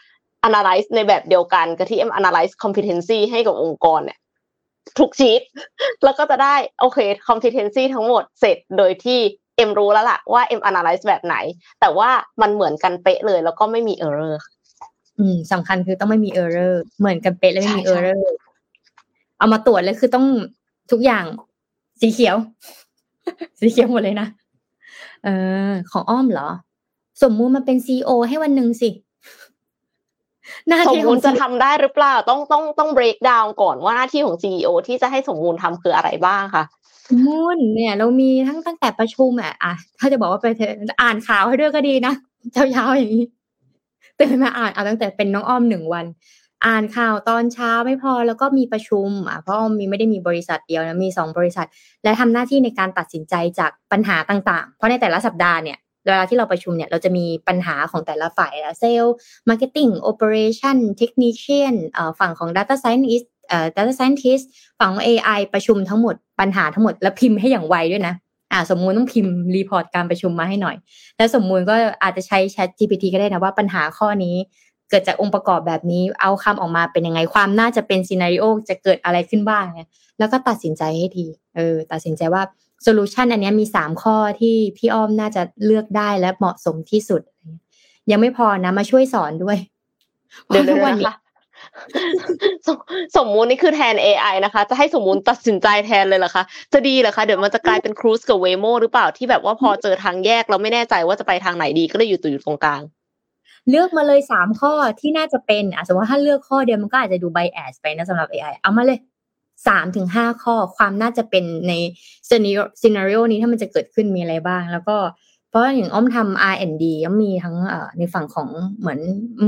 analyze ในแบบเดียวกันกับที่เอ็ม analyze competency ให้กับองค์กรเนี่ยทุกชีทแล้วก็จะได้โอเค competency ทั้งหมดเสร็จโดยที่เอ็มรู้แล้วล่ะว่าเอ็ม analyze แบบไหนแต่ว่ามันเหมือนกันเป๊ะเลยแล้วก็ไม่มี error สำคัญคือต้องไม่มี error เหมือนกันเป๊ะและไม่มี error เอามาตรวจเลยคือต้องทุกอย่างสีเขียว สีเขียวหมดเลยนะของอ้อมเหรอสมมุติมันเป็น CEO ให้วันนึงสิสมมูลจะทำได้หรือเปล่าต้อง break down ก่อนว่าหน้าที่ของ CEO ที่จะให้สมมูลทำคืออะไรบ้างค่ะสมมูลเนี่ยเรามีตั้งแต่ประชุมถ้าจะบอกว่าไปอ่านข่าวให้ด้วยก็ดีนะยาวๆอย่างนี้ตื่นมาอ่านตั้งแต่เป็นน้องอ้อม1วันอ่านข่าวตอนเช้าไม่พอแล้วก็มีประชุมเพราะไม่ได้มีบริษัทเดียวนะมี2บริษัทและทำหน้าที่ในการตัดสินใจจากปัญหาต่างๆเพราะในแต่ละสัปดาห์เนี่ยเวลาที่เราประชุมเนี่ยเราจะมีปัญหาของแต่ละฝ่ายเซลล์มาร์เก็ตติ้งโอเปอเรชั่นเทคนิเชียนฝั่งของ Data Scientist ฝั่งของ AI ประชุมทั้งหมดปัญหาทั้งหมดแล้วพิมพ์ให้อย่างไวด้วยนะสมมุติต้องพิมพ์รีพอร์ตการประชุมมาให้หน่อยแล้วสมมุติก็อาจจะใช้ ChatGPT ก็ได้นะว่าปัญหาข้อนี้เกิดจากองค์ประกอบแบบนี้เอาคำออกมาเป็นยังไงความน่าจะเป็นซีนาริโอจะเกิดอะไรขึ้นบ้างเนี่ยแล้วก็ตัดสินใจให้ทีตัดสินใจว่าโซลูชันอันนี้มี3ข้อที่พี่อ้อมน่าจะเลือกได้และเหมาะสมที่สุดยังไม่พอนะมาช่วยสอนด้วยเดี๋ยวนะคะสมมุตินี่คือแทน AI นะคะจะให้สมมุติตัดสินใจแทนเลยเหรอคะจะดีเหรอคะเดี๋ยวมันจะกลายเป็น Cruise กับ Waymo หรือเปล่าที่แบบว่าพอเจอทางแยกเราไม่แน่ใจว่าจะไปทางไหนดีก็เลยอยู่ตรงกลางเลือกมาเลย3ข้อที่น่าจะเป็นสมมติว่าถ้าเลือกข้อเดียวมันก็อาจจะดู bias ไปนะสำหรับ AI เอามาเลย 3-5 ข้อความน่าจะเป็นใน scenario นี้ถ้ามันจะเกิดขึ้นมีอะไรบ้างแล้วก็เพราะอย่างอ้อมทำ R&D ก็มีทั้งในฝั่งของเหมือน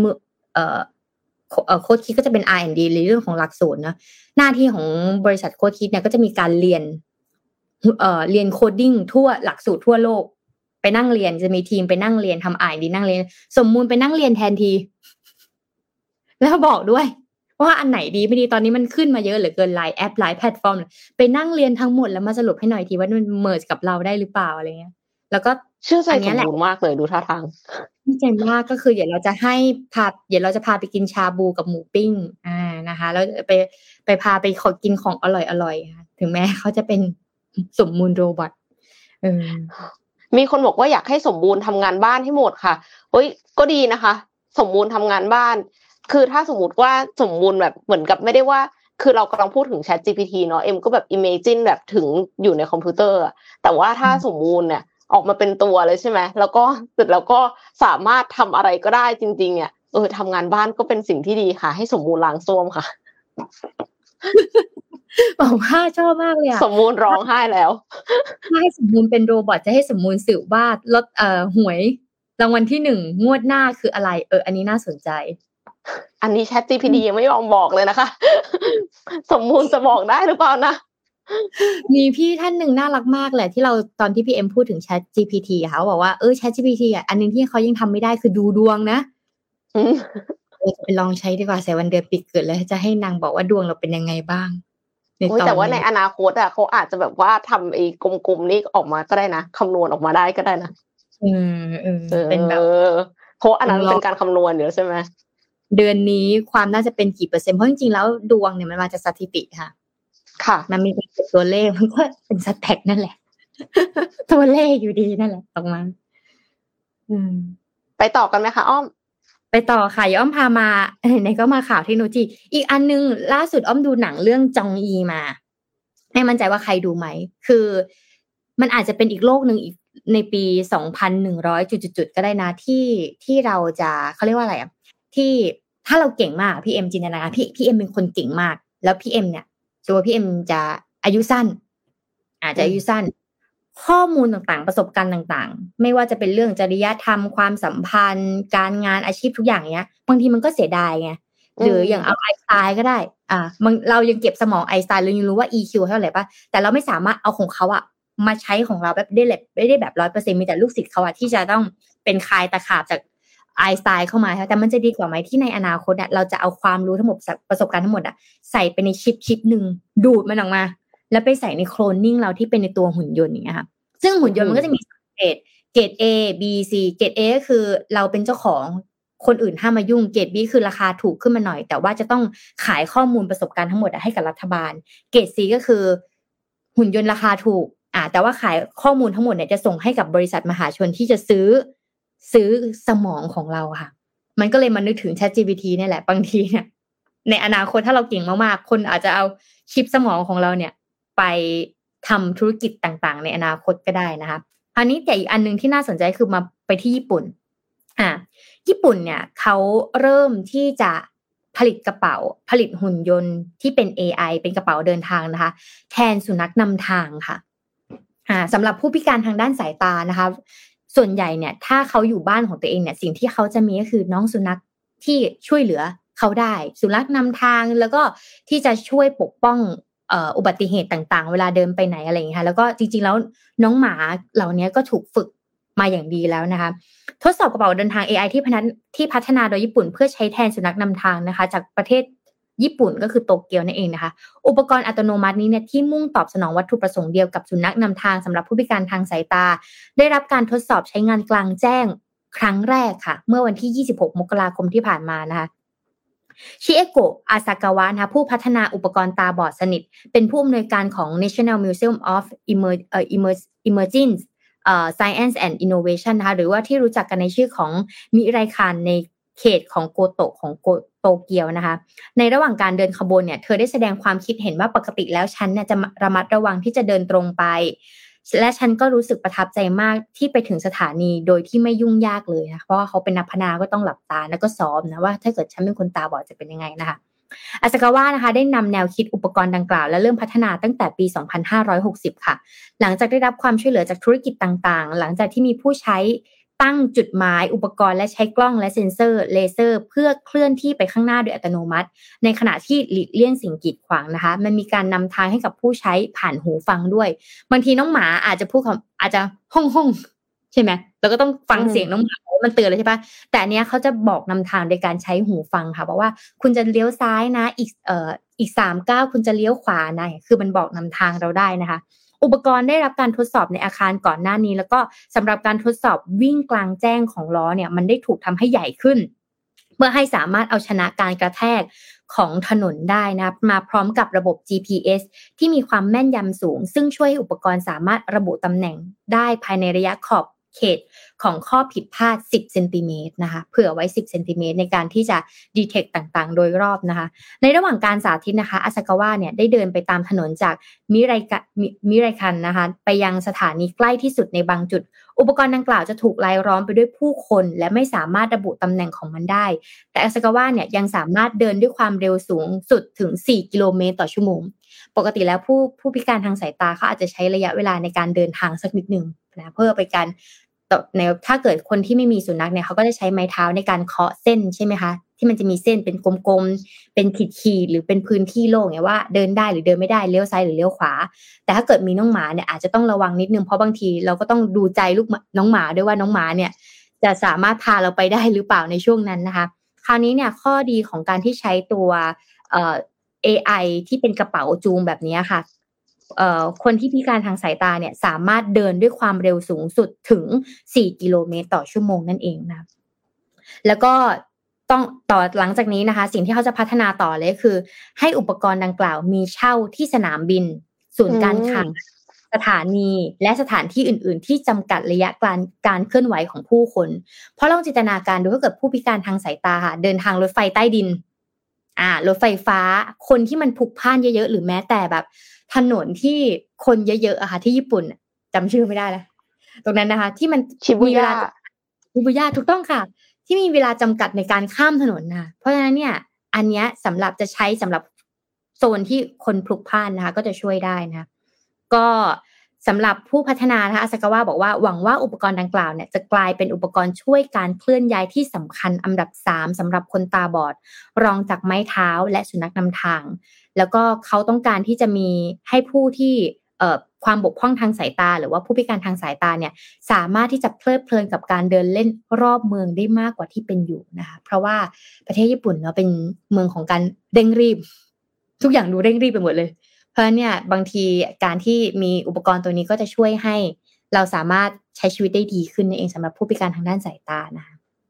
โค้ดคิดก็จะเป็น R&D ในเรื่องของหลักสูตรนะหน้าที่ของบริษัทโค้ดคิดเนี่ยก็จะมีการเรียนโคดดิ้งทั่วหลักสูตรทั่วโลกไปนั่งเรียนจะมีทีมไปนั่งเรียนทำ R&D นั่งเรียนสมมูลไปนั่งเรียนแทนทีแล้วบอกด้วยว่าอันไหนดีไม่ดีตอนนี้มันขึ้นมาเยอะเหลือเกินหลายแอปหลายแพลตฟอร์มไปนั่งเรียนทั้งหมดแล้วมาสรุปให้หน่อยทีว่ามันเมิร์จกับเราได้หรือเปล่าอะไรเงี้ยแล้วก็เชื่อใจสมบูรณ์มากเลยดูท่าทางใจมากก็คือเดี๋ยวเราจะพาไปกินชาบูกับหมูปิ้งนะคะแล้วไปพาไปขอกินของอร่อยค่ะถึงแม้เขาจะเป็นสมมูลโรบอทมีคนบอกว่าอยากให้สมบูรณ์ทำงานบ้านให้หมดค่ะเฮ้ยก็ดีนะคะสมบูรณ์ทำงานบ้านคือถ้าสมมติว่าสมบูรณ์แบบเหมือนกับไม่ได้ว่าคือเรากำลังพูดถึง ChatGPT เนาะเอ็มก็แบบ imagine แบบถึงอยู่ในคอมพิวเตอร์แต่ว่าถ้าสมบูรณ์เนี่ยออกมาเป็นตัวเลยใช่ไหมแล้วก็เสร็จแล้วก็สามารถทำอะไรก็ได้จริงๆเนี่ยทำงานบ้านก็เป็นสิ่งที่ดีค่ะให้สมบูรณ์ล้างส้วมค่ะบอกว่าชอบมากเลยสมบูรณ์ร้องไห้แล้วให้สมบูรณ์เป็นโรบอทจะให้สมบูรณ์สืบว่าลดหวยรางวัลที่1งวดหน้าคืออะไรอันนี้น่าสนใจอันนี้ ChatGPT ยังไม่ยอมบอกเลยนะคะสมบูรณ์จะบอกได้หรือเปล่านะมีพี่ท่านหนึ่งน่ารักมากแหละที่เราตอนที่พี่เอ็มพูดถึง ChatGPT เขาบอกว่าChatGPT อันนึงที่เขายังทำไม่ได้คือดูดวงนะไปลองใช้ดีกว่าใส่วันเดือนปีเกิดแล้วจะให้นางบอกว่าดวงเราเป็นยังไงบ้างแต่ว่าในอนาคตเขาอาจจะแบบว่าทำไอ้กลมๆนี้ออกมาก็ได้นะคำนวณออกมาได้ก็ได้นะเป็นแบบเพราะอันนั้นเป็นการคำนวณเดี๋ยวใช่ไหมเดือนนี้ความน่าจะเป็นกี่เปอร์เซ็นต์เพราะจริงๆแล้วดวงเนี่ยมันมาจากสถิติค่ะมันมีตัวเลขมันก็เป็นสแต็กนั่นแหละตัวเลขอยู่ดีนั่นแหละออกมาไปต่อกันไหมคะอ้อมไปต่อค่ะอ้อมพามาไหนก็มาข่าวเทคโนโลยีอีกอันนึงล่าสุดอ้อมดูหนังเรื่องจองอีมาไม่มั่นใจว่าใครดูไหมคือมันอาจจะเป็นอีกโลกนึงอีกในปี 2,100 จุดๆก็ได้นะที่เราจะเขาเรียกว่าอะไรที่ถ้าเราเก่งมากพี่เอ็มจินตนาการพี่เอ็มเป็นคนเก่งมากแล้วพี่เอ็มเนี่ยตัวพี่เอ็มจะอายุสั้นอาจจะอายุสั้นข้อมูลต่างๆประสบการณ์ต่างๆไม่ว่าจะเป็นเรื่องจริยธรรมความสัมพันธ์การงานอาชีพทุกอย่างเนี้ยบางทีมันก็เสียดายไงหรืออย่างเอาไอน์สไตน์ก็ได้เรายังเก็บสมองไอน์สไตน์เรายังรู้ว่า EQ เท่าไหร่ป่ะแต่เราไม่สามารถเอาของเขามาใช้ของเราแบบไม่ได้แบบ 100% มีแต่ลูกศิษย์เขาที่จะต้องเป็นคายตะขาบจากไอน์สไตน์เข้ามาแต่มันจะดีกว่าไหมที่ในอนาคตเราจะเอาความรู้ทั้งหมดประสบการณ์ทั้งหมดใส่ไปในชิปนึงดูดมันออกมาแล้วไปใส่ในโคลนนิ่งเราที่เป็นในตัวหุ่นยนต์อย่างเงี้ยค่ะซึ่งหุ่นยนต์มันก็จะมีเกรด A B C เกรด A ก็คือเราเป็นเจ้าของคนอื่นห้ามมายุ่งเกรด B คือราคาถูกขึ้นมาหน่อยแต่ว่าจะต้องขายข้อมูลประสบการณ์ทั้งหมดให้กับรัฐบาลเกรด C ก็คือหุ่นยนต์ราคาถูกแต่ว่าขายข้อมูลทั้งหมดเนี่ยจะส่งให้กับบริษัทมหาชนที่จะซื้อสมองของเราค่ะมันก็เลยมานึกถึง ChatGPT นี่แหละบางทีเนี่ยในอนาคตถ้าเราเก่งมากๆคนอาจจะเอาชิปสมองของเราเนี่ยไปทำธุรกิจต่างๆในอนาคตก็ได้นะคะอันนี้แต่อีกอันนึงที่น่าสนใจคือมาไปที่ญี่ปุ่นญี่ปุ่นเนี่ยเขาเริ่มที่จะผลิตกระเป๋าผลิตหุ่นยนต์ที่เป็น AI เป็นกระเป๋าเดินทางนะคะแทนสุนัขนำทางค่ะสำหรับผู้พิการทางด้านสายตานะคะส่วนใหญ่เนี่ยถ้าเขาอยู่บ้านของตัวเองเนี่ยสิ่งที่เขาจะมีก็คือน้องสุนัขที่ช่วยเหลือเขาได้สุนัขนำทางแล้วก็ที่จะช่วยปกป้องอุบัติเหตุต่างๆเวลาเดินไปไหนอะไรอย่างเงี้ยค่ะแล้วก็จริงๆแล้วน้องหมาเหล่านี้ก็ถูกฝึกมาอย่างดีแล้วนะคะทดสอบกระเป๋าเดินทาง AI ที่พัฒนาโดยญี่ปุ่นเพื่อใช้แทนสุนัขนำทางนะคะจากประเทศญี่ปุ่นก็คือโตเกียวนั่นเองนะคะอุปกรณ์อัตโนมัตินี้เนี่ยที่มุ่งตอบสนองวัตถุประสงค์เดียวกับสุนัขนำทางสำหรับผู้พิการทางสายตาได้รับการทดสอบใช้งานกลางแจ้งครั้งแรกค่ะเมื่อวันที่26มกราคมที่ผ่านมานะคะชิเอโกะอาซากาวะนะคะผู้พัฒนาอุปกรณ์ตาบอดสนิทเป็นผู้อำนวยการของ National Museum of Emerging Science and Innovation นะคะหรือว่าที่รู้จักกันในชื่อของมิไรคานในเขตของโกโตะของโตเกียวนะคะในระหว่างการเดินขบวนเนี่ยเธอได้แสดงความคิดเห็นว่าปกติแล้วฉันเนี่ยจะระมัดระวังที่จะเดินตรงไปและฉันก็รู้สึกประทับใจมากที่ไปถึงสถานีโดยที่ไม่ยุ่งยากเลยนะเพราะว่าเขาเป็นนักพนักงานก็ต้องหลับตาแล้วก็ซ้อมนะว่าถ้าเกิดฉันเป็นคนตาบอดจะเป็นยังไงนะคะอาซากาวะนะคะได้นำแนวคิดอุปกรณ์ดังกล่าวและเริ่มพัฒนาตั้งแต่ปี 2560 ค่ะหลังจากได้รับความช่วยเหลือจากธุรกิจต่างๆหลังจากที่มีผู้ใช้ตั้งจุดหมายอุปกรณ์และใช้กล้องและเซ็นเซอร์เลเซอร์เพื่อเคลื่อนที่ไปข้างหน้าโดยอัตโนมัติในขณะที่หลีกเลี่ยงสิ่งกีดขวางนะคะมันมีการนำทางให้กับผู้ใช้ผ่านหูฟังด้วยบางทีน้องหมาอาจจะพูดอาจจะห้องใช่ไหมเราก็ต้องฟังเสียงน้องหมามันเตือนเลยใช่ปะแต่อันเนี้ยเขาจะบอกนำทางโดยการใช้หูฟังค่ะบอกว่าคุณจะเลี้ยวซ้ายนะอีก3 ก้าวคุณจะเลี้ยวขวานะคือมันบอกนำทางเราได้นะคะอุปกรณ์ได้รับการทดสอบในอาคารก่อนหน้านี้แล้วก็สำหรับการทดสอบวิ่งกลางแจ้งของล้อเนี่ยมันได้ถูกทำให้ใหญ่ขึ้นเพื่อให้สามารถเอาชนะการกระแทกของถนนได้นะมาพร้อมกับระบบ GPS ที่มีความแม่นยำสูงซึ่งช่วยให้อุปกรณ์สามารถระบุตำแหน่งได้ภายในระยะขอบเขตของข้อผิดพลาด10เซนติเมตรนะคะเผื่อไว้10เซนติเมตรในการที่จะดีเทคต่างๆโดยรอบนะคะในระหว่างการสาธิตนะคะอาซากาวะเนี่ยได้เดินไปตามถนนจากมิไรคันนะคะไปยังสถานีใกล้ที่สุดในบางจุดอุปกรณ์ดังกล่าวจะถูกรายล้อมไปด้วยผู้คนและไม่สามารถระบุตำแหน่งของมันได้แต่อาซากาวะเนี่ยยังสามารถเดินด้วยความเร็วสูงสุดถึง4 กิโลเมตรต่อชั่วโมงปกติแล้วผู้พิการทางสายตาเขาอาจจะใช้ระยะเวลาในการเดินทางสักนิดนึงนะเพื่อไปการในถ้าเกิดคนที่ไม่มีสุนัขเนี่ยเขาก็จะใช้ไม้เท้าในการเคาะเส้นใช่ไหมคะที่มันจะมีเส้นเป็นกลมๆเป็นขีดๆหรือเป็นพื้นที่โล่งไงว่าเดินได้หรือเดินไม่ได้เลี้ยวซ้ายหรือเลี้ยวขวาแต่ถ้าเกิดมีน้องหมาเนี่ยอาจจะต้องระวังนิดนึงเพราะบางทีเราก็ต้องดูใจลูกน้องหมาด้วยว่าน้องหมาเนี่ยจะสามารถพาเราไปได้หรือเปล่าในช่วงนั้นนะคะคราวนี้เนี่ยข้อดีของการที่ใช้ตัวAI ที่เป็นกระเป๋าจูงแบบนี้ค่ะคนที่พิการทางสายตาเนี่ยสามารถเดินด้วยความเร็วสูงสุดถึง4 กิโลเมตรต่อชั่วโมงนั่นเองนะแล้วก็ต้องต่อหลังจากนี้นะคะสิ่งที่เขาจะพัฒนาต่อเลยคือให้อุปกรณ์ดังกล่าวมีเช่าที่สนามบินศูนย์การค้าสถานีและสถานที่อื่นๆที่จำกัดระยะการเคลื่อนไหวของผู้คนเพราะลองจินตนาการดูถ้าเกิดผู้พิการทางสายตาค่ะเดินทางรถไฟใต้ดินรถไฟฟ้าคนที่มันพลุกพล่านเยอะๆหรือแม้แต่แบบถนนที่คนเยอะๆอะค่ะที่ญี่ปุ่นจำชื่อไม่ได้แล้วตรงนั้นนะคะที่มันมีเวลาชิบูย่าถูกต้องค่ะที่มีเวลาจำกัดในการข้ามถนนนะเพราะฉะนั้นเนี่ยอันเนี้ยสำหรับจะใช้สำหรับโซนที่คนพลุกพล่านนะคะก็จะช่วยได้นะก็สำหรับผู้พัฒนานะคะอาซากาวะบอกว่าหวังว่าอุปกรณ์ดังกล่าวเนี่ยจะกลายเป็นอุปกรณ์ช่วยการเคลื่อนย้ายที่สำคัญอันดับ3สำหรับคนตาบอดรองจากไม้เท้าและสุนัขนำทางแล้วก็เขาต้องการที่จะมีให้ผู้ที่ความบกพร่องทางสายตาหรือว่าผู้พิการทางสายตาเนี่ยสามารถที่จะเพลิดเพลินกับการเดินเล่นรอบเมืองได้มากกว่าที่เป็นอยู่นะคะเพราะว่าประเทศญี่ปุ่นเนาะเป็นเมืองของการเร่งรีบทุกอย่างดูเร่งรีบไปหมดเลยเพราะเนี่ยบางทีการที่มีอุปกรณ์ตัวนี้ก็จะช่วยให้เราสามารถใช้ชีวิตได้ดีขึ้นเองสำหรับผู้พิการทางด้านสายตานะคะ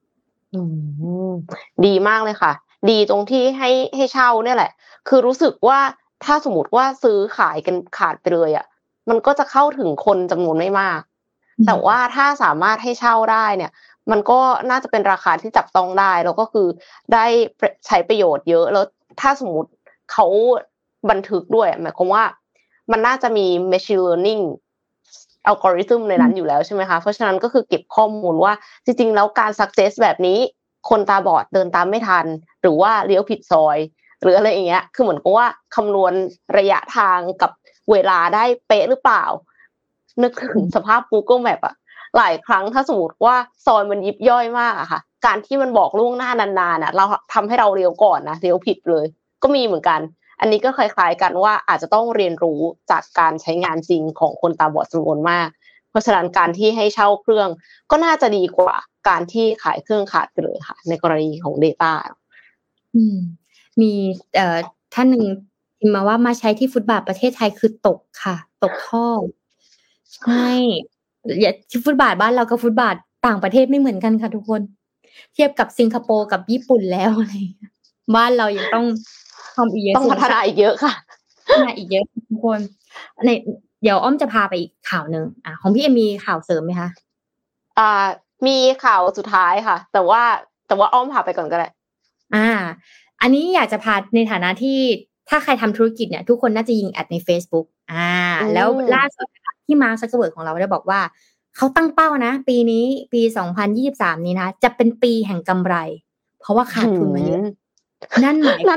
อืมดีมากเลยค่ะดีตรงที่ให้เช่าเนี่ยแหละคือรู้สึกว่าถ้าสมมติว่าซื้อขายกันขาดไปเลยอ่ะมันก็จะเข้าถึงคนจำนวนไม่มากแต่ว่าถ้าสามารถให้เช่าได้เนี่ยมันก็น่าจะเป็นราคาที่จับต้องได้แล้วก็คือได้ใช้ประโยชน์เยอะแล้วถ้าสมมติเขาบันทึกด้วยหมายความว่ามันน่าจะมี machine learning อัลกอริทึมในนั้นอยู่แล้วใช่ไหมคะเพราะฉะนั้นก็คือเก็บข้อมูลว่าจริงๆแล้วการ success แบบนี้คนตาบอดเดินตามไม่ทันหรือว่าเลี้ยวผิดซอยหรืออะไรอย่างเงี้ยคือเหมือนกับว่าคำนวณระยะทางกับเวลาได้เป๊ะหรือเปล่านึกถึงสภาพ Google Map อะหลายครั้งถ้าสมมติว่าซอยมันยิบย่อยมากอะค่ะการที่มันบอกล่วงหน้านานๆอะเราทำให้เราเลี้ยวก่อนนะเลี้ยวผิดเลยก็มีเหมือนกันอันนี้ก็คล้ายๆกันว่าอาจจะต้องเรียนรู้จากการใช้งานจริงของคนตาบอดจำนวนมากเพราะฉะนั้นการที่ให้เช่าเครื่องก็น่าจะดีกว่าการที่ขายเครื่องขาดไปเลยค่ะในกรณีของ data มีท่านหนึ่งพิมพ์มาว่ามาใช้ที่ฟุตบาทประเทศไทยคือตกค่ะตกท่อใช่อย่าฟุตบาทบ้านเรากับฟุตบาทต่างประเทศไม่เหมือนกันค่ะทุกคนเทียบกับสิงคโปร์กับญี่ปุ่นแล้วอะไรบ้านเรายังต้องทำอีกเยอะต้องพัฒนาอีกเยอะค่ะพัฒนาอีกเยอะทุกคนเดี๋ยวอ้อมจะพาไปอีกข่าวนึงของพี่เอ็มมีข่าวเสริมไหมคะมีข่าวสุดท้ายค่ะแต่ว่าอ้อมพาไปก่อนก็ได้อันนี้อยากจะพาในฐานะที่ถ้าใครทำธุรกิจเนี่ยทุกคนน่าจะยิงแอดใน Facebook แล้วล่าสุดที่มาร์ค ซักเคอร์เบิร์กของเราได้บอกว่าเขาตั้งเป้านะปีนี้ปี2023นี้นะจะเป็นปีแห่งกำไรเพราะว่าขาดทุนมาเยอะนั่นหมาย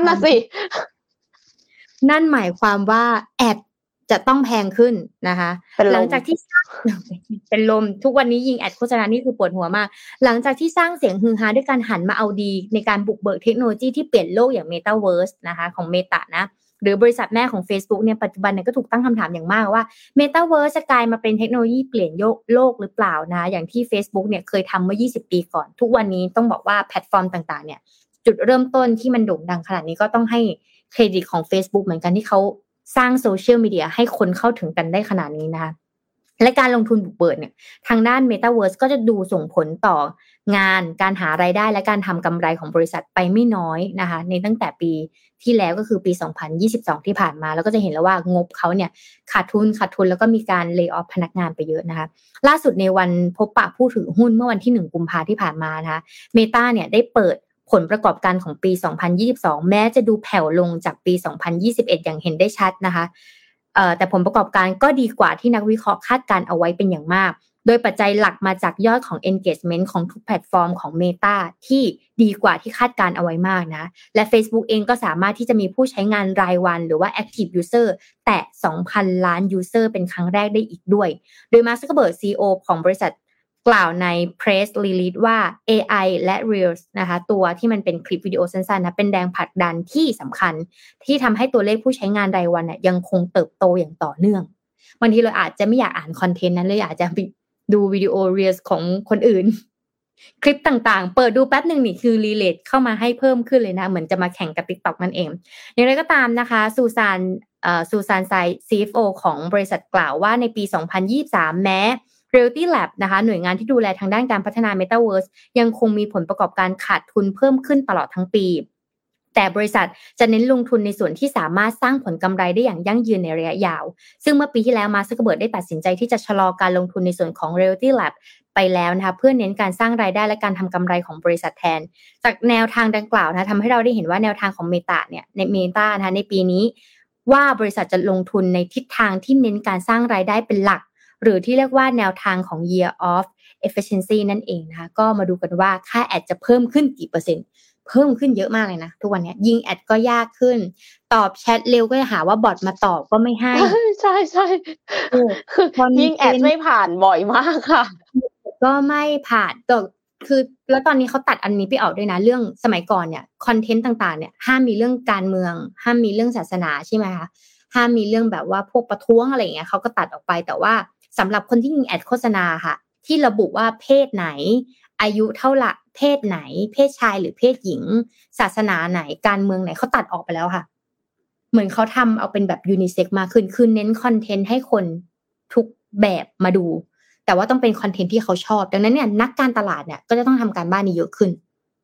ความว่าแอดจะต้องแพงขึ้นนะคะหลังจากที่เป็นลมทุกวันนี้ยิงแอดโฆษณานี่คือปวดหัวมากหลังจากที่สร้างเสียงฮือฮาด้วยการหันมาเอาดีในการบุกเบิกเทคโนโลยีที่เปลี่ยนโลกอย่าง Metaverse นะคะของ Meta นะหรือบริษัทแม่ของ Facebook เนี่ยปัจจุบันเนี่ยก็ถูกตั้งคำถามอย่างมากว่า Metaverse จะกลายมาเป็นเทคโนโลยีเปลี่ยนโลกหรือเปล่านะอย่างที่ Facebook เนี่ยเคยทำเมื่อ20ปีก่อนทุกวันนี้ต้องบอกว่าแพลตฟอร์มต่างๆเนี่ยจุดเริ่มต้นที่มันโด่งดังขนาดนี้ก็ต้องให้เครดิตของ Facebook เหมือนกันที่เขาสร้างโซเชียลมีเดียให้คนเข้าถึงกันได้ขนาดนี้นะคะและการลงทุนบุกเบิกเนี่ยทางด้าน Metaverse ก็จะดูส่งผลต่องานการหารายได้และการทำกำไรของบริษัทไปไม่น้อยนะคะในตั้งแต่ปีที่แล้วก็คือปี2022ที่ผ่านมาแล้วก็จะเห็นแล้วว่างบเขาเนี่ยขาดทุนแล้วก็มีการเลย์ออฟพนักงานไปเยอะนะคะล่าสุดในวันพบปะผู้ถือหุ้นเมื่อวันที่1กุมภาพันธ์ที่ผ่านมานะคะ Meta เนี่ยได้เปิดผลประกอบการของปี2022แม้จะดูแผ่วลงจากปี2021อย่างเห็นได้ชัดนะคะแต่ผลประกอบการก็ดีกว่าที่นักวิเคราะห์คาดการเอาไว้เป็นอย่างมากโดยปัจจัยหลักมาจากยอดของ engagement ของทุกแพลตฟอร์มของ Meta ที่ดีกว่าที่คาดการเอาไว้มากนะและ Facebook เองก็สามารถที่จะมีผู้ใช้งานรายวันหรือว่า active user แตะ 2,000 ล้าน user เป็นครั้งแรกได้อีกด้วยโดยมาร์ค ซักเคอร์เบิร์ก CEO ของบริษัทกล่าวใน press release ว่า AI และ Reels นะคะตัวที่มันเป็นคลิปวิดีโอสั้นๆนะเป็นแรงผลักดันที่สำคัญที่ทำให้ตัวเลขผู้ใช้งานรายวันยังคงเติบโตอย่างต่อเนื่องบางทีเราอาจจะไม่อยากอ่านคอนเทนต์นั้นเลยอาจจะดูวิดีโอ Reels ของคนอื่นคลิปต่างๆเปิดดูแป๊บนึงนี่คือ relate เข้ามาให้เพิ่มขึ้นเลยนะเหมือนจะมาแข่งกับ TikTok นั่นเองอย่างไรก็ตามนะคะซูซานไซ CFO ของบริษัทกล่าวว่าในปี2023แม้Reality Lab นะคะหน่วยงานที่ดูแลทางด้านการพัฒนา Metaverse ยังคงมีผลประกอบการขาดทุนเพิ่มขึ้นตลอดทั้งปีแต่บริษัทจะเน้นลงทุนในส่วนที่สามารถสร้างผลกำไรได้อย่างยั่งยืนในระยะยาวซึ่งเมื่อปีที่แล้วมาร์ค ซักเคอร์เบิร์กได้ตัดสินใจที่จะชะลอการลงทุนในส่วนของ Reality Lab ไปแล้วนะคะเพื่อเน้นการสร้างรายได้และการทำกำไรของบริษัทแทนจากแนวทางดังกล่าวนะทำให้เราได้เห็นว่าแนวทางของ Meta เนี่ยใน Meta นะคะในปีนี้ว่าบริษัทจะลงทุนในทิศทางที่เน้นการสร้างรายได้เป็นหลักหรือที่เรียกว่าแนวทางของ Year of Efficiency นั่นเองนะคะก็มาดูกันว่าค่าแอดจะเพิ่มขึ้นกี่เปอร์เซ็นต์เพิ่มขึ้นเยอะมากเลยนะทุกวันนี้ยิงแอดก็ยากขึ้นตอบแชทเร็วก็จะหาว่าบอทมาตอบก็ไม่ให้ใช่คือยิงแอดไม่ผ่านบ่อยมากค่ะก็ไม่ผ่านแต่คือแล้วตอนนี้เขาตัดอันนี้ไปออกด้วยนะเรื่องสมัยก่อนเนี่ยคอนเทนต์ต่างๆเนี่ยห้ามมีเรื่องการเมืองห้ามมีเรื่องศาสนาใช่ไหมคะห้ามมีเรื่องแบบว่าพวกประท้วงอะไรอย่างเงี้ยเขาก็ตัดออกไปแต่ว่าสำหรับคนที่ยิงแอดโฆษณาค่ะที่ระบุว่าเพศไหนอายุเท่าไหร่เพศไหนเพศชายหรือเพศหญิงศาสนาไหนการเมืองไหนเขาตัดออกไปแล้วค่ะเหมือนเขาทำเอาเป็นแบบยูนิเซ็กมากขึ้นคือเน้นคอนเทนต์ให้คนทุกแบบมาดูแต่ว่าต้องเป็นคอนเทนต์ที่เขาชอบดังนั้นเนี่ยนักการตลาดเนี่ยก็จะต้องทำการบ้านนี้เยอะขึ้น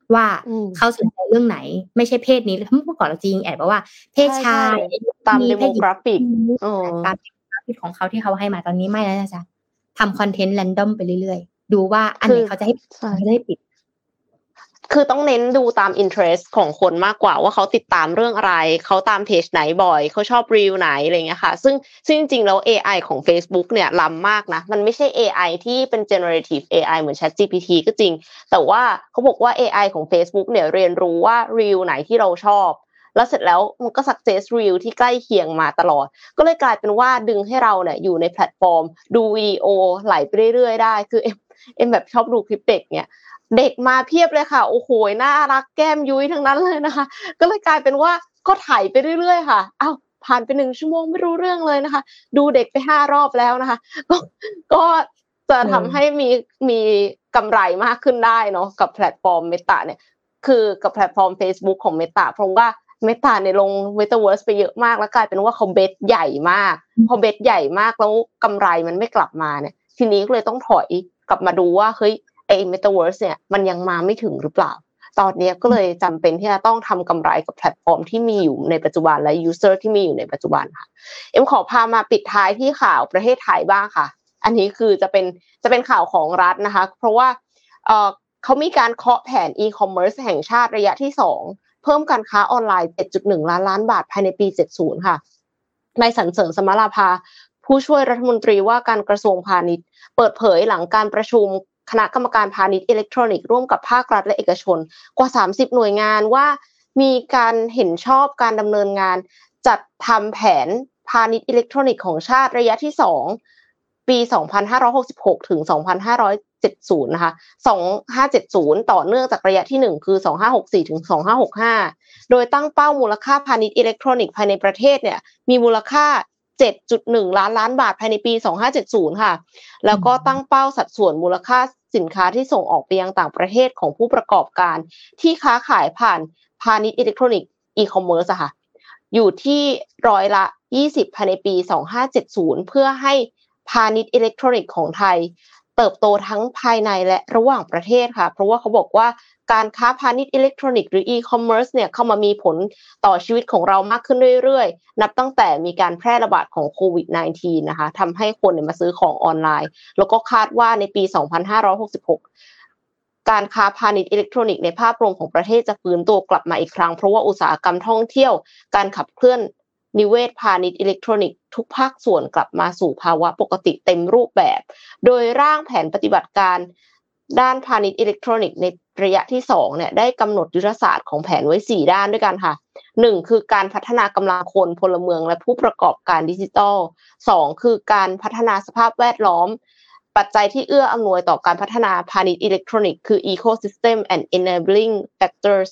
ว่าเขาสนใจเรื่องไหนไม่ใช่เพศนี้เมื่อก่อนเราจริงแอบว่าเพศชายตามเดโมกราฟิกตามเดโมกราฟิกของเขาที่เขาให้มาตอนนี้ไม่แล้วนะจ๊ะทำคอนเทนต์แรนดอมไปเรื่อยๆดูว่าอันไหนเขาจะให้ปิดคือต้องเน้นดูตาม interest ของคนมากกว่าว่าเขาติดตามเรื่องอะไรเขาตามเพจไหนบ่อยเขาชอบรีวิวไหนอะไรเงี้ยค่ะซึ่งจริงๆแล้ว AI ของ Facebook เนี่ยล้ำมากนะมันไม่ใช่ AI ที่เป็น generative AI เหมือน ChatGPT ก็จริงแต่ว่าเขาบอกว่า AI ของ Facebook เนี่ยเรียนรู้ว่ารีวิวไหนที่เราชอบแล้วเสร็จแล้วมันก็ suggest reel ที่ใกล้เคียงมาตลอดก็เลยกลายเป็นว่าดึงให้เราเนี่ยอยู่ในแพลตฟอร์มดูวิดีโอไหลไปเรื่อยๆได้คือเอ็มแบบชอบดูคลิปเด็กเนี่ยเด็กมาเพียบเลยค่ะโอ้โหน่ารักแก้มยุ้ยทั้งนั้นเลยนะคะก็เลยกลายเป็นว่าก็ถ่ายไปเรื่อยๆค่ะอ้าวผ่านไป1ชั่วโมงไม่รู้เรื่องเลยนะคะดูเด็กไป5รอบแล้วนะคะก็จะทำให้มีกำไรมากขึ้นได้เนาะกับแพลตฟอร์ม Meta เนี่ยคือกับแพลตฟอร์ม Facebook ของ Meta เพราะว่า Meta เนี่ยลง Metaverse ไปเยอะมากแล้วกลายเป็นว่าเขาเบทใหญ่มากพอเบทใหญ่มากแล้วกำไรมันไม่กลับมาเนี่ยทีนี้ก็เลยต้องถอยกลับมาดูว่าเฮ้ยไอ้ Metaverse เนี่ยมันยังมาไม่ถึงหรือเปล่าตอนนี้ก็เลยจำเป็นที่จะต้องทำกำไรกับแพลตฟอร์มที่มีอยู่ในปัจจุบันและ user ที่มีอยู่ในปัจจุบันค่ะขอพามาปิดท้ายที่ข่าวประเทศไทยบ้างค่ะอันนี้คือจะเป็นข่าวของรัฐนะคะเพราะว่าเขามีการเคาะแผน e-commerce แห่งชาติระยะที่2เพิ่มการค้าออนไลน์ 7.1 ล้านบาทภายในปี70ค่ะนายสรรเสริญสมราภาผู้ช่วยรัฐมนตรีว่าการกระทรวงพาณิชย์เปิดเผยหลังการประชุมคณะกรรมการพาณิชย์อิเล็กทรอนิกส์ร่วมกับภาครัฐและเอกชนกว่า30หน่วยงานว่ามีการเห็นชอบการดำเนินงานจัดทำแผนพาณิชย์อิเล็กทรอนิกส์ของชาติระยะที่2ปี2566ถึง2570นะคะ2570ต่อเนื่องจากระยะที่1คือ2564ถึง2565โดยตั้งเป้ามูลค่าพาณิชย์อิเล็กทรอนิกส์ภายในประเทศเนี่ยมีมูลค่า7.1 ล้านบาทภายในปี2570ค่ะแล้วก็ตั้งเป้าสัดส่วนมูลค่าสินค้าที่ส่งออกไปยังต่างประเทศของผู้ประกอบการที่ค้าขายผ่านพาณิชย์อิเล็กทรอนิกส์อีคอมเมิร์ซค่ะอยู่ที่20%ภายในปี2570เพื่อให้พาณิชย์อิเล็กทรอนิกส์ของไทยเติบโตทั้งภายในและระหว่างประเทศค่ะเพราะว่าเขาบอกว่าการค้าพาณิชย์อิเล็กทรอนิกส์หรืออีคอมเมิร์ซเนี่ยเข้ามามีผลต่อชีวิตของเรามากขึ้นเรื่อยๆนับตั้งแต่มีการแพร่ระบาดของโควิด -19 นะคะทำให้คนมาซื้อของออนไลน์แล้วก็คาดว่าในปี2566การค้าพาณิชย์อิเล็กทรอนิกส์ในภาพรวมของประเทศจะฟื้นตัวกลับมาอีกครั้งเพราะว่าอุตสาหกรรมท่องเที่ยวการขับเคลื่อนนิเวศพาณิชย์อิเล็กทรอนิกส์ทุกภาคส่วนกลับมาสู่ภาวะปกติเต็มรูปแบบโดยร่างแผนปฏิบัติการด้านพาณิชย์อิเล็กทรอนิกส์ในระยะที่2เนี่ยได้กำหนดยุทธศาสตร์ของแผนไว้4ด้านด้วยกันค่ะ1คือการพัฒนากำลังคนพลเมืองและผู้ประกอบการดิจิทัล2คือการพัฒนาสภาพแวดล้อมปัจจัยที่เอื้ออำนวยต่อการพัฒนาพาณิชย์อิเล็กทรอนิกส์คือ ecosystem and enabling factors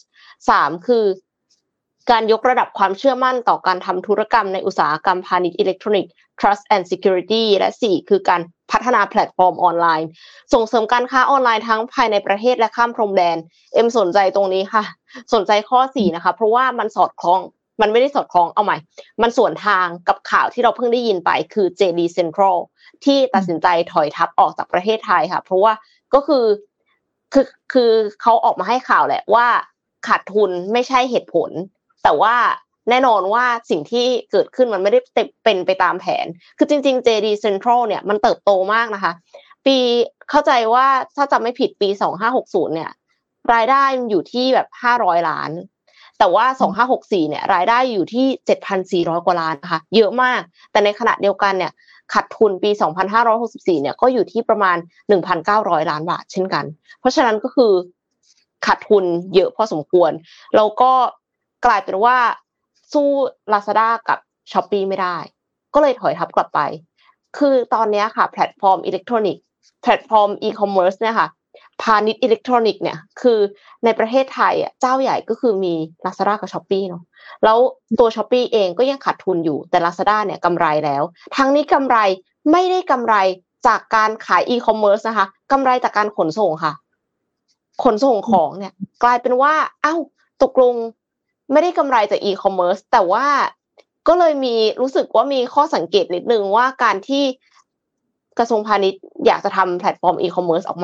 3คือการยกระดับความเชื่อมั่นต่อการทำธุรกรรมในอุตสาหกรรมพาณิชย์อิเล็กทรอนิกส์ trust and security และ4คือการพัฒนาแพลตฟอร์มออนไลน์ส่งเสริมการค้าออนไลน์ทั้งภายในประเทศและข้ามพรมแดนสนใจตรงนี้ค่ะสนใจข้อ4นะคะเพราะว่ามันสอดคล้องมันไม่ได้สอดคล้องเอาใหม่มันสวนทางกับข่าวที่เราเพิ่งได้ยินไปคือ JD Central ที่ตัดสินใจถอยทัพออกจากประเทศไทยค่ะเพราะว่าก็คือเขาออกมาให้ข่าวแหละว่าขาดทุนไม่ใช่เหตุผลแต่ว่าแน่นอนว่าสิ่งที่เกิดขึ้นมันไม่ได้เป็นไปตามแผนคือจริงๆ JD Central เนี่ยมันเติบโตมากนะคะปีเข้าใจว่าถ้าจำไม่ผิดปี2560เนี่ยรายได้อยู่ที่แบบ500ล้านแต่ว่า2564เนี่ยรายได้อยู่ที่ 7,400 กว่าล้านนะคะเยอะมากแต่ในขณะเดียวกันเนี่ยขาดทุนปี2564เนี่ยก็อยู่ที่ประมาณ 1,900 ล้านบาทเช่นกันเพราะฉะนั้นก็คือขาดทุนเยอะพอสมควรแล้วก็กลายเป็นว่าสู้ Lazada กับ Shopee ไม่ได้ก็เลยถอยทับกลับไปคือตอนนี้ค่ะแพลตฟอร์มอิเล็กทรอนิกส์แพลตฟอร์มอีคอมเมิร์ซเนี่ยค่ะพาณิชย์อิเล็กทรอนิกส์เนี่ยคือในประเทศไทยเจ้าใหญ่ก็คือมี Lazada กับ Shopee เนาะแล้วตัว Shopee เองก็ยังขาดทุนอยู่แต่ Lazada เนี่ยกำไรแล้วทั้งนี้กำไรไม่ได้กำไรจากการขายอีคอมเมิร์ซนะคะกำไรจากการขนส่งค่ะขนส่งของเนี่ยกลายเป็นว่าตกลงไม่ได้กำไรจากอีคอมเมิร์ซแต่ว่าก็เลยมีรู้สึกว่ามีข้อสังเกตนิดนึงว่าการที่กระทรวงพาณิชย์อยากจะทำแพลตฟอร์มอีคอมเมิร์ซออกมาเนี่ย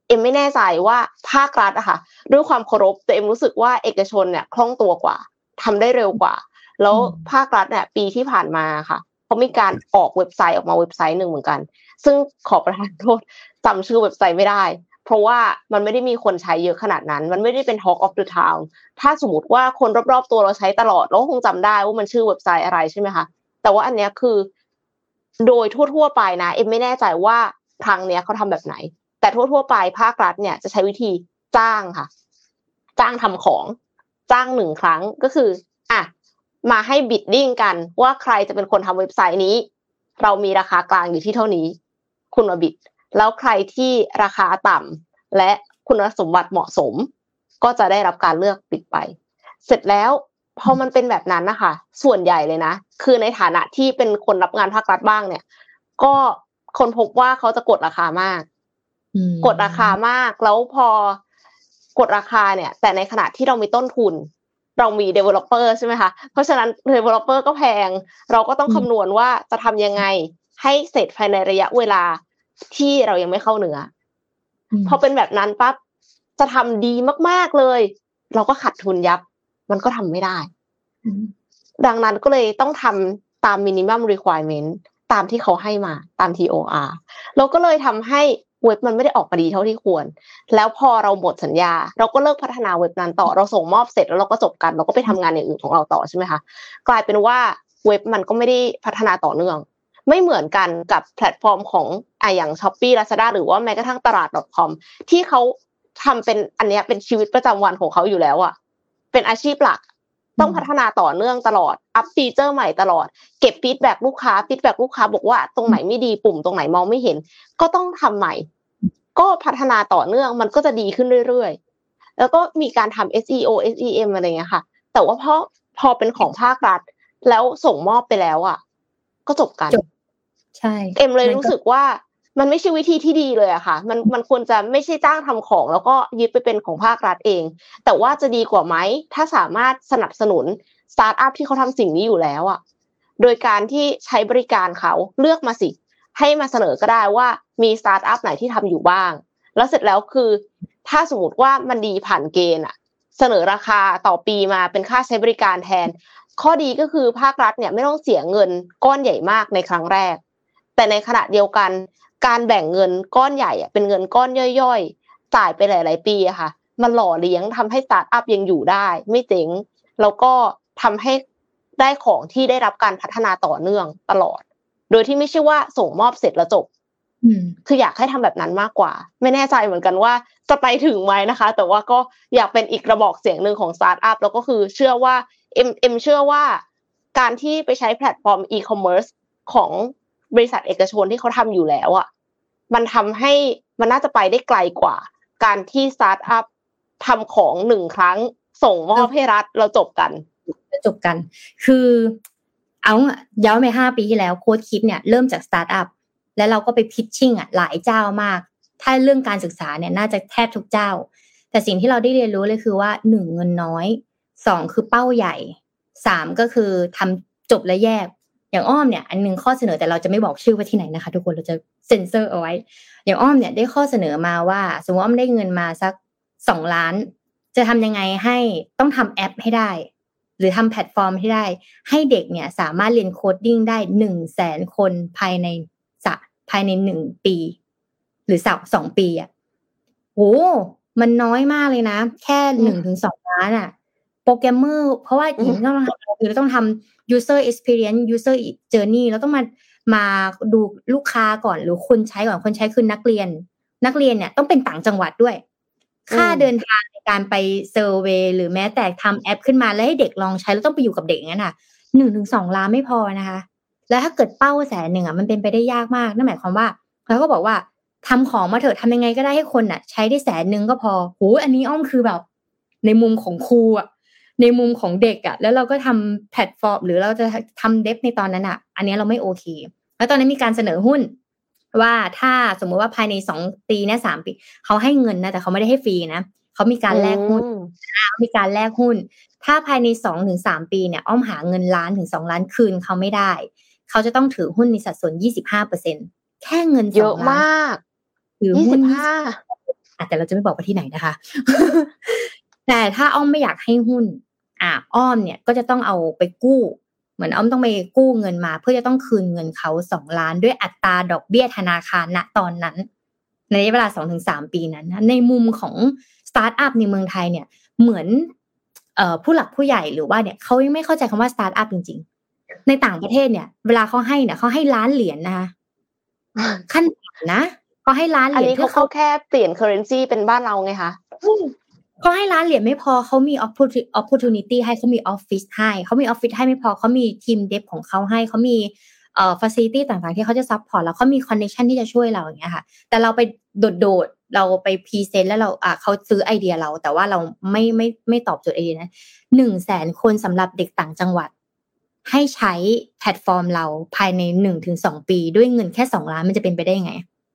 ไม่แน่ใจว่าภาครัฐอะค่ะด้วยความเคารพแต่รู้สึกว่าเอกชนเนี่ยคล่องตัวกว่าทำได้เร็วกว่าแล้วภาครัฐเนี่ยปีที่ผ่านมาค่ะเขามีการออกเว็บไซต์ออกมาเว็บไซต์หนึ่งเหมือนกันซึ่งขอประทานโทษจำชื่อเว็บไซต์ไม่ได้เพราะว่ามันไม่ได้มีคนใช้เยอะขนาดนั้นมันไม่ได้เป็น Talk of the Town ถ้าสมมติว่าคนรอบๆตัวเราใช้ตลอดเราคงจำได้ว่ามันชื่อเว็บไซต์อะไรใช่ไหมคะแต่ว่าอันเนี้ยคือโดยทั่วๆไปนะไม่แน่ใจว่าครั้งเนี้ยเขาทำแบบไหนแต่ทั่วๆไปภาครัฐเนี่ยจะใช้วิธีจ้างค่ะจ้างทำของจ้าง1ครั้งก็คือมาให้บิดดิ้งกันว่าใครจะเป็นคนทำเว็บไซต์นี้เรามีราคากลางอยู่ที่เท่านี้คุณมาบิดแล้วใครที่ราคาต่ำและคุณสมบัติเหมาะสมก็จะได้รับการเลือกปิดไปเสร็จแล้วพอมันเป็นแบบนั้นนะคะส่วนใหญ่เลยนะคือในฐานะที่เป็นคนรับงานภาครัฐบ้างเนี่ยก็คนพบว่าเขาจะกดราคามากกดราคามากแล้วพอกดราคาเนี่ยแต่ในขณะที่เรามีต้นทุนเรามี developer ใช่ไหมคะเพราะฉะนั้น developer ก็แพงเราก็ต้องคำนวณว่าจะทำยังไงให้เสร็จภายในระยะเวลาที่เรายังไม่เข้าเนื้อพอเป็นแบบนั้นปั๊บจะทำดีมากๆเลยเราก็ขาดทุนยับมันก็ทำไม่ได้ดังนั้นก็เลยต้องทำตาม minimum requirement ตามที่เขาให้มาตาม TOR เราก็เลยทำให้เว็บมันไม่ได้ออกมาดีเท่าที่ควรแล้วพอเราหมดสัญญาเราก็เลิกพัฒนาเว็บนั้นต่อเราส่งมอบเสร็จแล้วเราก็จบกันเราก็ไปทำงานอย่างอื่นของเราต่อใช่ไหมคะกลายเป็นว่าเว็บมันก็ไม่ได้พัฒนาต่อเนื่องไม่เหมือนกันกับแพลตฟอร์มของอย่าง Shopee Lazada หรือว่าแม้กระทั่งตลาด .com ที่เขาทำเป็นอันเนี้ยเป็นชีวิตประจำวันของเขาอยู่แล้วอ่ะเป็นอาชีพหลักต้องพัฒนาต่อเนื่องตลอดอัพฟีเจอร์ใหม่ตลอดเก็บฟีดแบ็กลูกค้าบอกว่าตรงไหนไม่ดีปุ่มตรงไหนมองไม่เห็นก็ต้องทำใหม่ก็พัฒนาต่อเนื่องมันก็จะดีขึ้นเรื่อยๆแล้วก็มีการทำ SEO SEM อะไรเงี้ยค่ะแต่ว่าพอเป็นของภาครัฐแล้วส่งมอบไปแล้วอ่ะก็จบกันใช่เลยรู้สึกว่ามันไม่ใช่วิธีที่ดีเลยอะค่ะมันควรจะไม่ใช่จ้างทำของแล้วก็ยึดไปเป็นของภาครัฐเองแต่ว่าจะดีกว่าไหมถ้าสามารถสนับสนุนสตาร์ทอัพที่เขาทำสิ่งนี้อยู่แล้วอะโดยการที่ใช้บริการเขาเลือกมาสิให้มาเสนอก็ได้ว่ามีสตาร์ทอัพไหนที่ทำอยู่บ้างแล้วเสร็จแล้วคือถ้าสมมติว่ามันดีผ่านเกณฑ์อะเสนอราคาต่อปีมาเป็นค่าใช้บริการแทนข้อดีก็คือภาครัฐเนี่ยไม่ต้องเสียเงินก้อนใหญ่มากในครั้งแรกแต่ในขณะเดียวกันการแบ่งเงินก้อนใหญ่เป็นเงินก้อนย่อยๆจ่ายไปหลายๆปีอะค่ะมันหล่อเลี้ยงทำให้สตาร์ทอัพยังอยู่ได้ไม่เจ๊งแล้วก็ทำให้ได้ของที่ได้รับการพัฒนาต่อเนื่องตลอดโดยที่ไม่ใช่ว่าส่งมอบเสร็จแล้วจบคืออยากให้ทำแบบนั้นมากกว่าไม่แน่ใจเหมือนกันว่าจะไปถึงไหมนะคะแต่ว่าก็อยากเป็นอีกกระบอกเสียงนึงของสตาร์ทอัพแล้วก็คือเชื่อว่าเชื่อว่าการที่ไปใช้แพลตฟอร์มอีคอมเมิร์ซของบริษัทเอกชนที่เขาทำอยู่แล้วอ่ะมันทำให้มันน่าจะไปได้ไกลกว่าการที่สตาร์ทอัพทำของ1ครั้งส่งมอบให้รัฐเราจบกันคือเอาย้อนไป5 ปีที่แล้วโค้ดคิดเนี่ยเริ่มจากสตาร์ทอัพแล้วเราก็ไปพิชชิ่งหลายเจ้ามากถ้าเรื่องการศึกษาเนี่ยน่าจะแทบทุกเจ้าแต่สิ่งที่เราได้เรียนรู้เลยคือว่า1เงินน้อย2คือเป้าใหญ่3ก็คือทำจบและแยกอย่างอ้อมเนี่ยอันนึงข้อเสนอแต่เราจะไม่บอกชื่อว่าที่ไหนนะคะทุกคนเราจะเซ็นเซอร์เอาไว้อย่างอ้อมเนี่ยได้ข้อเสนอมาว่าสมมติอ้อมได้เงินมาสัก2 ล้านจะทำยังไงให้ต้องทำแอปให้ได้หรือทำแพลตฟอร์มให้ได้ให้เด็กเนี่ยสามารถเรียนโคดดิ้งได้ 100,000 คนภายใน1 ปีหรือ2 ปีโหมันน้อยมากเลยนะแค่ 1-2 ล้านโปรแกรมเมอร์เพราะว่าหญิงต้องทำ user experience user journey แล้วต้องมาดูลูกค้าก่อนหรือคนใช้ก่อนคนใช้คือนักเรียนเนี่ยต้องเป็นต่างจังหวัดด้วยค่าเดินทางในการไปเซอร์เวย์หรือแม้แต่ทำแอปขึ้นมาแล้วให้เด็กลองใช้แล้วต้องไปอยู่กับเด็กงั้น1-2 ล้านไม่พอนะคะแล้วถ้าเกิดเป้า100,000มันเป็นไปได้ยากมากนั่นหมายความว่าแล้วก็บอกว่าทำของมาเถอะทำยังไงก็ได้ให้คนใช้ได้100,000ก็พอโหอันนี้อ้อมคือแบบในมุมของครูในมุมของเด็กแล้วเราก็ทำแพลตฟอร์มหรือเราจะทำเดฟในตอนนั้นอันนี้เราไม่โอเคแล้วตอนนั้นมีการเสนอหุ้นว่าถ้าสมมติว่าภายใน2 ปีนะ3 ปีเขาให้เงินนะแต่เขาไม่ได้ให้ฟรีนะเขามีการแลกหุ้นถ้าภายใน 2-3 ปีเนี่ยอ้อมหาเงิน1 ล้านถึง2 ล้านคืนเขาไม่ได้เขาจะต้องถือหุ้นในสัดส่วน 25% แค่เงิน2 ล้านเยอะมากถือหุ้นแต่เราจะไม่บอกว่าที่ไหนนะคะ แต่ถ้าอ้อมไม่อยากให้หุ้นอ้อมเนี่ยก็จะต้องเอาไปกู้เหมือนอ้อมต้องไปกู้เงินมาเพื่อจะต้องคืนเงินเขา2 ล้านด้วยอัตราดอกเบี้ยธนาคารณตอนนั้นในระยะเวลา 2-3 ปีนั้นในมุมของสตาร์ทอัพในเมืองไทยเนี่ยเหมือนผู้หลักผู้ใหญ่หรือว่าเนี่ยเขายังไม่เข้าใจคำว่าสตาร์ทอัพจริงๆในต่างประเทศเนี่ยเวลาเขาให้เนี่ยเขาให้ล้านเหรียญนะคะขั้นต่ำนะเขาให้ล้านเหรียญเพื่อเขาแค่เปลี่ยน currency เป็นบ้านเราไงคะเขาให้ล้านเหรียญไม่พอเขามี opportunity ให้เขามีออฟฟิศให้เขามีออฟฟิศให้ไม่พอเขามีทีมเดฟของเขาให้เขามีfacility ต่างๆที่เขาจะซัพพอร์ตแล้วเขามี connection ที่จะช่วยเราอย่างเงี้ยค่ะแต่เราไปโดดเราไปพรีเซนต์แล้วเราเขาซื้อไอเดียเราแต่ว่าเราไม่ตอบโจทย์ไอเดียนะ 100,000 คนสำหรับเด็กต่างจังหวัดให้ใช้แพลตฟอร์มเราภายใน 1-2 ปีด้วยเงินแค่2 ล้านมันจะเป็นไปได้ยังไง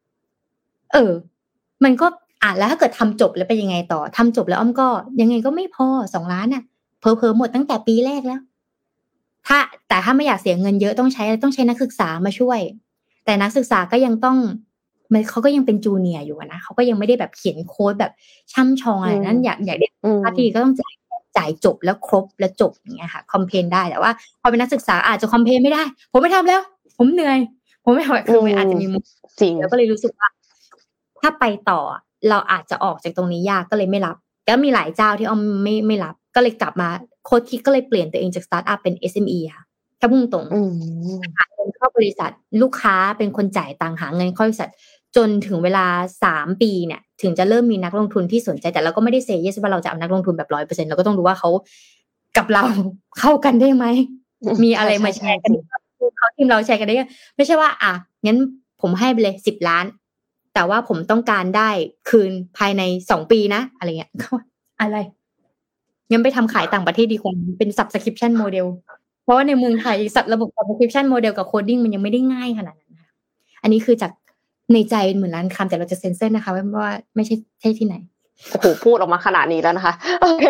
มันก็แล้วถ้าเกิดทำจบแล้วไปยังไงต่อทำจบแล้วอ้อมก็ยังไงก็ไม่พอ2 ล้านเผลอๆหมดตั้งแต่ปีแรกแล้วแต่ถ้าไม่อยากเสียเงินเยอะต้องใช้นักศึกษามาช่วยแต่นักศึกษาก็ยังต้องเขาก็ยังเป็นจูเนียร์อยู่นะเขาก็ยังไม่ได้แบบเขียนโค้ดแบบช่ำชองอะไรนั้นอยากได้ค่าที่ก็ต้องจ่ายจบแล้วครบแล้วจบอย่างเงี้ยค่ะคอมเพลนได้แต่ว่าพอเป็นนักศึกษาอาจจะคอมเพลนไม่ได้ผมไม่ทำแล้วผมเหนื่อยผมไม่ทำคือมันอาจจะมีมุมจริงแล้วก็เลยรู้สึกว่าถ้าไปต่อเราอาจจะออกจากตรงนี้ยากก็เลยไม่รับแล้วมีหลายเจ้าที่อ้อมไม่รับก็เลยกลับมาโค้ดคิดก็เลยเปลี่ยนตัวเองจากสตาร์ทอัพเป็น SME ค่ะถ้าพุ่งตรงหาเงินเข้าบริษัทลูกค้าเป็นคนจ่ายตังค์หาเงินเข้าบริษัทจนถึงเวลา3 ปีเนี่ยถึงจะเริ่มมีนักลงทุนที่สนใจแต่เราก็ไม่ได้เซย์เยสว่าเราจะเอานักลงทุนแบบ 100% เราก็ต้องดูว่าเขากับเราเข้ากันได้ไหมมีอะไรมาแชร์กันเขาทีมเราแชร์กันได้ไม่ใช่ว่างั้นผมให้ไปเลย10 ล้านแต่ว่าผมต้องการได้คืนภายใน2 ปีนะอะไรเงี้ยอะไรงั้นไปทำขายต่างประเทศดีกว่าเป็น subscription model เพราะว่าในเมืองไทยระบบ subscription model กับ coding มันยังไม่ได้ง่ายขนาดนั้นนะคะอันนี้คือจากในใจเหมือนล้านคำแต่เราจะเซ็นเซอร์นะคะว่าไม่ใช่ที่ไหนโอ้โหพูดออกมาขนาดนี้แล้วนะคะโอเค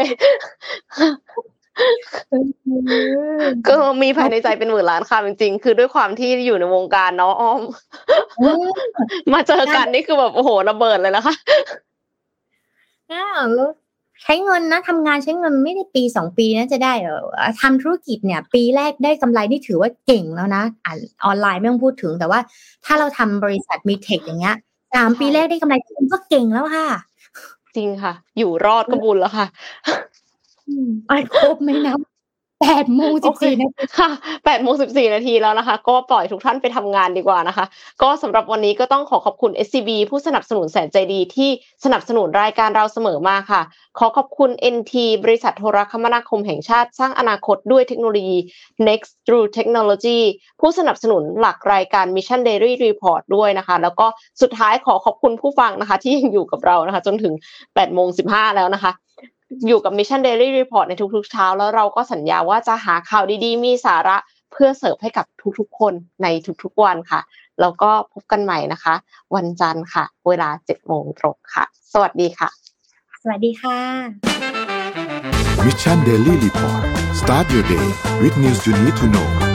ก็มีภายในใจเป็น10,000 ล้านค่ะจริงๆคือด้วยความที่อยู่ในวงการเนาะอ้อมมาเจอกันนี่คือแบบโอ้โหระเบิดเลยนะคะแล้วใช้เงินนะทำงานใช้เงินไม่ได้ปี2 ปีนะจะได้ทำธุรกิจเนี่ยปีแรกได้กำไรนี่ถือว่าเก่งแล้วนะออนไลน์ไม่ต้องพูดถึงแต่ว่าถ้าเราทำบริษัทมีเทคอย่างเงี้ย3 ปีแรกได้กำไรก็เก่งแล้วค่ะจริงค่ะอยู่รอดก็บุญแล้วค่ะครบไหมนะ8:14 นาทีค่ะ8:14 นาทีแล้วนะคะก็ปล่อยทุกท่านไปทำงานดีกว่านะคะก็สำหรับวันนี้ก็ต้องขอบคุณ SCB ผู้สนับสนุนแสนใจดีที่สนับสนุนรายการเราเสมอมาค่ะขอขอบคุณ NT บริษัทโทรคมนาคมแห่งชาติสร้างอนาคตด้วยเทคโนโลยี Next Through Technology ผู้สนับสนุนหลักรายการ Mission Daily Report ด้วยนะคะแล้วก็สุดท้ายขอบคุณผู้ฟังนะคะที่ยังอยู่กับเรานะคะจนถึง 8:15 แล้วนะคะอยู่กับ Mission Daily Report ในทุกๆเช้าแล้วเราก็สัญญาว่าจะหาข่าวดีๆมีสาระเพื่อเสิร์ฟให้กับทุกๆคนในทุกๆวันค่ะแล้วก็พบกันใหม่นะคะวันจันทร์ค่ะเวลา 7:00 นตรงค่ะสวัสดีค่ะสวัสดีค่ะ Mission Daily Report Start your day with news you need to know